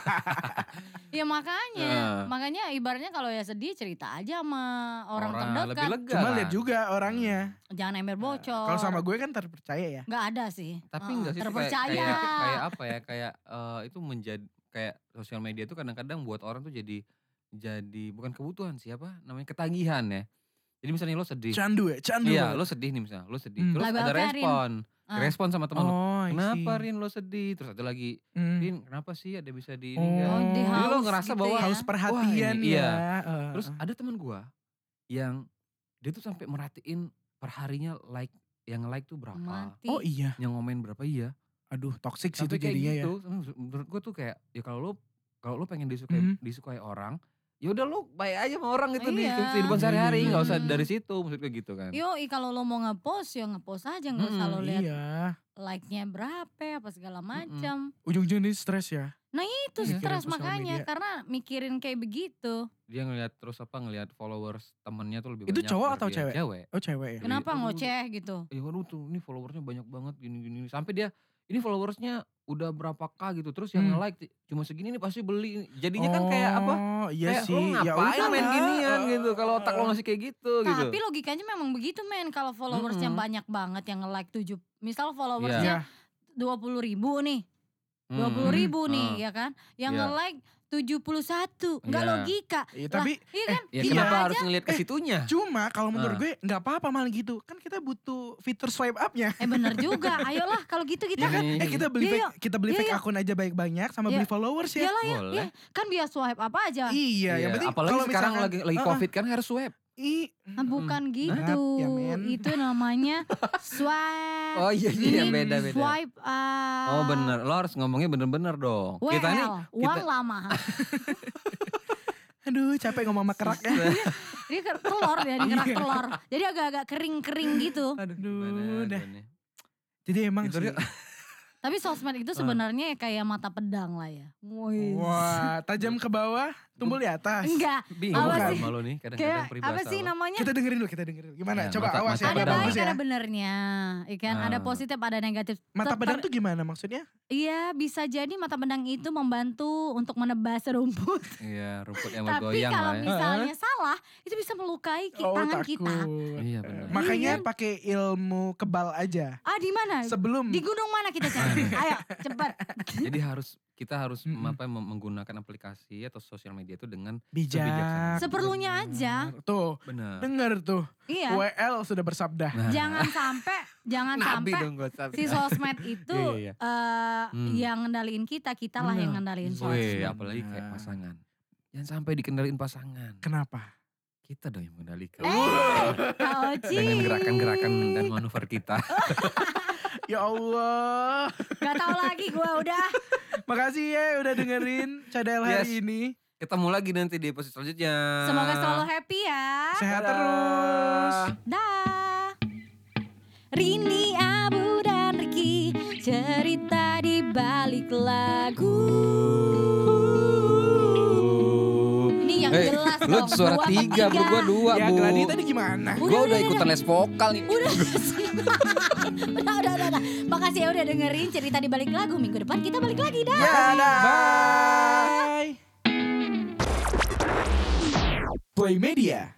[SPEAKER 3] Ya makanya,
[SPEAKER 2] Heeh.
[SPEAKER 3] makanya ibaratnya kalau ya sedih cerita aja sama orang,
[SPEAKER 2] Lebih
[SPEAKER 3] terdekat.
[SPEAKER 2] lega.
[SPEAKER 1] Cuma
[SPEAKER 2] kan?
[SPEAKER 1] lihat juga orangnya.
[SPEAKER 3] Jangan ember bocor.
[SPEAKER 1] Kalau sama gue kan terpercaya ya.
[SPEAKER 3] Nggak ada sih.
[SPEAKER 2] Tapi
[SPEAKER 3] Heeh,
[SPEAKER 2] enggak sih itu kayak,
[SPEAKER 3] terpercaya.
[SPEAKER 2] kayak kayak apa ya? Kayak eh, itu menjadi kayak sosial media itu kadang-kadang buat orang tuh jadi jadi bukan kebutuhan sih apa namanya ketagihan ya. Jadi misalnya lo sedih.
[SPEAKER 1] Candu ya, candu.
[SPEAKER 2] Iya,
[SPEAKER 1] banget.
[SPEAKER 2] lo sedih nih misalnya, lo sedih.
[SPEAKER 1] Hmm.
[SPEAKER 2] Terus
[SPEAKER 3] Label
[SPEAKER 2] ada
[SPEAKER 3] Karin.
[SPEAKER 2] respon.
[SPEAKER 3] Ah.
[SPEAKER 2] Respon sama teman lo.
[SPEAKER 1] Oh, I see.
[SPEAKER 2] Kenapa Rin lo sedih? Terus ada lagi,
[SPEAKER 1] Hmm.
[SPEAKER 2] Rin kenapa sih ada bisa di ini
[SPEAKER 1] Oh,
[SPEAKER 2] enggak?
[SPEAKER 3] di
[SPEAKER 2] Jadi lo
[SPEAKER 3] haus
[SPEAKER 2] ngerasa
[SPEAKER 3] gitu
[SPEAKER 2] bahwa
[SPEAKER 3] ya.
[SPEAKER 1] Haus perhatian
[SPEAKER 2] Wah, ini,
[SPEAKER 1] ya.
[SPEAKER 2] iya.
[SPEAKER 1] Heeh.
[SPEAKER 2] Terus ada teman gua yang dia tuh sampai merhatiin perharinya like yang like tuh berapa,
[SPEAKER 3] Mati.
[SPEAKER 1] Oh iya.
[SPEAKER 2] yang ngomen berapa iya.
[SPEAKER 1] Aduh, toxic sih itu
[SPEAKER 2] Sampai kayak
[SPEAKER 1] jadinya ya.
[SPEAKER 2] gitu. Menurut gua tuh kayak ya kalau lo kalau lo pengen disukai
[SPEAKER 1] Mhm.
[SPEAKER 2] disukai orang, ya udah lo baik aja sama orang gitu di
[SPEAKER 3] Iya.
[SPEAKER 2] kehidupan sehari-hari, nggak usah
[SPEAKER 3] Hmm.
[SPEAKER 2] dari situ maksud gue gitu kan.
[SPEAKER 3] Yoi kalau lo mau ngepost ya ngepost aja, nggak usah
[SPEAKER 2] Mm-mm,
[SPEAKER 3] lo lihat
[SPEAKER 1] Iya.
[SPEAKER 3] like-nya berapa apa segala macam.
[SPEAKER 1] Ujung-ujungnya stres ya.
[SPEAKER 3] Itu
[SPEAKER 1] Mikirin
[SPEAKER 3] stres
[SPEAKER 1] sosial
[SPEAKER 3] makanya
[SPEAKER 1] media.
[SPEAKER 3] karena mikirin kayak begitu.
[SPEAKER 2] Dia ngelihat terus apa ngelihat followers temennya tuh lebih
[SPEAKER 1] Itu
[SPEAKER 2] banyak.
[SPEAKER 1] cowok
[SPEAKER 2] dari
[SPEAKER 1] atau
[SPEAKER 2] dia.
[SPEAKER 1] cewek?
[SPEAKER 2] Cewek.
[SPEAKER 1] Oh cewek ya.
[SPEAKER 2] Iya.
[SPEAKER 3] Kenapa
[SPEAKER 2] aduh,
[SPEAKER 3] ngoceh gitu?
[SPEAKER 2] Ya waduh tuh ini followersnya banyak banget gini-gini. Sampai dia ini followersnya udah berapa k gitu. Terus yang
[SPEAKER 1] Hmm.
[SPEAKER 2] nge-like ti- cuma segini nih pasti beli. Jadinya kan kayak apa?
[SPEAKER 1] Oh iya
[SPEAKER 2] Kayak
[SPEAKER 1] sih.
[SPEAKER 2] lo
[SPEAKER 1] Ya
[SPEAKER 2] ngapain
[SPEAKER 1] udah
[SPEAKER 2] main
[SPEAKER 1] lah.
[SPEAKER 2] ginian gitu. Kalau otak lo ngasih kayak gitu gitu.
[SPEAKER 3] Tapi logikanya memang begitu men. Kalau followersnya
[SPEAKER 2] Mm-mm.
[SPEAKER 3] banyak banget yang nge-like tujuh, misal
[SPEAKER 1] Iya.
[SPEAKER 3] followersnya dua puluh ribu nih, dua puluh ribu
[SPEAKER 2] Hmm,
[SPEAKER 3] nih
[SPEAKER 2] ah.
[SPEAKER 3] ya kan. Yang
[SPEAKER 2] Iya.
[SPEAKER 3] nge-like tujuh puluh satu, nggak
[SPEAKER 2] Iya.
[SPEAKER 3] logika.
[SPEAKER 1] Iya,
[SPEAKER 3] Lah,
[SPEAKER 1] tapi
[SPEAKER 3] iya kan?
[SPEAKER 2] Ya
[SPEAKER 3] Iya
[SPEAKER 2] kenapa
[SPEAKER 3] aja.
[SPEAKER 2] harus ngelihat ke
[SPEAKER 1] Eh,
[SPEAKER 2] situnya?
[SPEAKER 1] cuma kalau menurut
[SPEAKER 2] Ah.
[SPEAKER 1] gue nggak apa-apa malah gitu. Kan kita butuh fitur swipe up-nya.
[SPEAKER 3] Eh bener juga, ayolah kalau gitu
[SPEAKER 1] Ya
[SPEAKER 3] kita.
[SPEAKER 1] kan? Eh kita beli
[SPEAKER 3] Iya,
[SPEAKER 1] fake, kita beli
[SPEAKER 3] Iya,
[SPEAKER 1] fake
[SPEAKER 3] iya.
[SPEAKER 1] akun aja baik-banyak sama
[SPEAKER 3] Iya.
[SPEAKER 1] beli followers ya.
[SPEAKER 3] Iyalah ya,
[SPEAKER 2] Boleh.
[SPEAKER 3] ya, kan biar swipe apa aja.
[SPEAKER 1] Iya, yang penting
[SPEAKER 2] apalagi
[SPEAKER 1] kalau
[SPEAKER 2] sekarang
[SPEAKER 1] misalkan-
[SPEAKER 2] lagi lagi
[SPEAKER 1] Ah, ah.
[SPEAKER 2] covid kan harus swab.
[SPEAKER 1] I,
[SPEAKER 3] Nah, bukan gitu,
[SPEAKER 1] Maaf ya, men.
[SPEAKER 3] itu namanya swipe.
[SPEAKER 2] Oh iya iya
[SPEAKER 3] Ini
[SPEAKER 2] beda beda.
[SPEAKER 3] Swipe up.
[SPEAKER 2] Oh bener, lo harus ngomongnya bener-bener dong.
[SPEAKER 3] W L,
[SPEAKER 2] Kita nih
[SPEAKER 3] uang
[SPEAKER 2] kita
[SPEAKER 3] lama.
[SPEAKER 1] aduh capek ngomong sama kerak ya.
[SPEAKER 3] Dia ke- telur ya, dia kerak
[SPEAKER 1] Iya.
[SPEAKER 3] telur. Jadi agak-agak kering-kering gitu.
[SPEAKER 1] Aduh,
[SPEAKER 2] Gimana,
[SPEAKER 1] dah.
[SPEAKER 2] gimana?
[SPEAKER 1] Jadi emang
[SPEAKER 2] Gitu
[SPEAKER 1] sih.
[SPEAKER 2] dia.
[SPEAKER 3] Tapi sosmed itu sebenarnya kayak mata pedang lah ya. Wih.
[SPEAKER 1] Wah, tajam ke bawah, tumbul di atas.
[SPEAKER 3] Enggak.
[SPEAKER 2] Bingung
[SPEAKER 3] Apa
[SPEAKER 2] kan
[SPEAKER 3] sih?
[SPEAKER 2] sama lo nih kadang-kadang
[SPEAKER 3] Kayak
[SPEAKER 2] peribahasa
[SPEAKER 3] apa sih
[SPEAKER 2] lo.
[SPEAKER 3] namanya?
[SPEAKER 1] Kita dengerin dulu, kita dengerin dulu. Gimana?
[SPEAKER 2] Ya,
[SPEAKER 1] Coba
[SPEAKER 2] mata-
[SPEAKER 1] awas
[SPEAKER 2] mata
[SPEAKER 1] ya,
[SPEAKER 3] Ada
[SPEAKER 1] biar
[SPEAKER 2] pedang.
[SPEAKER 1] bagus
[SPEAKER 3] baik,
[SPEAKER 1] ya.
[SPEAKER 3] ada benernya. Ikan ada
[SPEAKER 2] Ah.
[SPEAKER 3] positif, ada negatif.
[SPEAKER 1] Mata
[SPEAKER 3] Ter-
[SPEAKER 1] pedang
[SPEAKER 3] ter-
[SPEAKER 1] tuh gimana maksudnya?
[SPEAKER 3] Iya, bisa jadi mata pedang itu membantu untuk menebas rumput.
[SPEAKER 2] Iya rumput yang
[SPEAKER 3] Tapi
[SPEAKER 2] bergoyang
[SPEAKER 3] kalau
[SPEAKER 2] lah ya.
[SPEAKER 3] misalnya salah, itu bisa melukai ki-
[SPEAKER 1] Oh,
[SPEAKER 3] tangan
[SPEAKER 1] takut.
[SPEAKER 3] kita.
[SPEAKER 2] Iya benar.
[SPEAKER 1] Makanya
[SPEAKER 3] Iya.
[SPEAKER 1] pakai ilmu kebal aja.
[SPEAKER 3] Ah, di mana?
[SPEAKER 1] Sebelum
[SPEAKER 3] Di gunung mana kita cari? Ayo, cepat.
[SPEAKER 2] Jadi harus kita harus
[SPEAKER 1] Mm-mm.
[SPEAKER 2] apa mem- menggunakan aplikasi atau sosial media itu dengan
[SPEAKER 1] Bijak.
[SPEAKER 2] Sebijaksanaan.
[SPEAKER 3] Seperlunya aja.
[SPEAKER 1] Bener. Tuh,
[SPEAKER 2] benar.
[SPEAKER 1] denger tuh.
[SPEAKER 3] Iya.
[SPEAKER 1] W L sudah bersabda.
[SPEAKER 2] Nah,
[SPEAKER 3] Jangan sampai jangan
[SPEAKER 2] Nabi
[SPEAKER 3] sampai
[SPEAKER 2] dong gua sampai.
[SPEAKER 3] si sosmed itu
[SPEAKER 2] Iya, iya, iya.
[SPEAKER 3] eh,
[SPEAKER 2] Hmm.
[SPEAKER 3] yang ngendaliin kita, kita lah yang
[SPEAKER 1] Bener.
[SPEAKER 3] ngendaliin
[SPEAKER 1] Iya.
[SPEAKER 3] sosmed.
[SPEAKER 2] Weh, apalagi kayak
[SPEAKER 1] Benar.
[SPEAKER 2] pasangan. Jangan sampai dikendaliin pasangan.
[SPEAKER 1] Kenapa?
[SPEAKER 2] Kita dong yang mengendalikan.
[SPEAKER 3] Eh, Kak Oci.
[SPEAKER 2] Dengan gerakan-gerakan dan manuver kita.
[SPEAKER 1] Ya Allah.
[SPEAKER 3] Gak tau lagi gue udah.
[SPEAKER 1] Makasih ya udah dengerin Cadel hari
[SPEAKER 2] Yes.
[SPEAKER 1] ini.
[SPEAKER 2] Ketemu lagi nanti di episode selanjutnya.
[SPEAKER 3] Semoga selalu happy ya.
[SPEAKER 1] Sehat
[SPEAKER 2] Dadah.
[SPEAKER 1] terus.
[SPEAKER 3] Dah. Rini, Abu dan Ricky, cerita di balik lagu. Ini yang
[SPEAKER 2] Eh,
[SPEAKER 3] jelas
[SPEAKER 2] lu
[SPEAKER 3] dong.
[SPEAKER 2] suara
[SPEAKER 3] dua per
[SPEAKER 2] tiga, bu, gua dua,
[SPEAKER 1] Ya
[SPEAKER 2] bu.
[SPEAKER 1] Gladi tadi gimana?
[SPEAKER 3] Udah,
[SPEAKER 2] Gue
[SPEAKER 3] udah,
[SPEAKER 2] udah
[SPEAKER 3] udah,
[SPEAKER 2] ikutan les vokal nih.
[SPEAKER 3] Udah, udah, udah, udah, udah. Makasih ya udah dengerin cerita di balik lagu. Minggu depan kita balik lagi dah.
[SPEAKER 2] Dadah.
[SPEAKER 1] Bye. Play Media.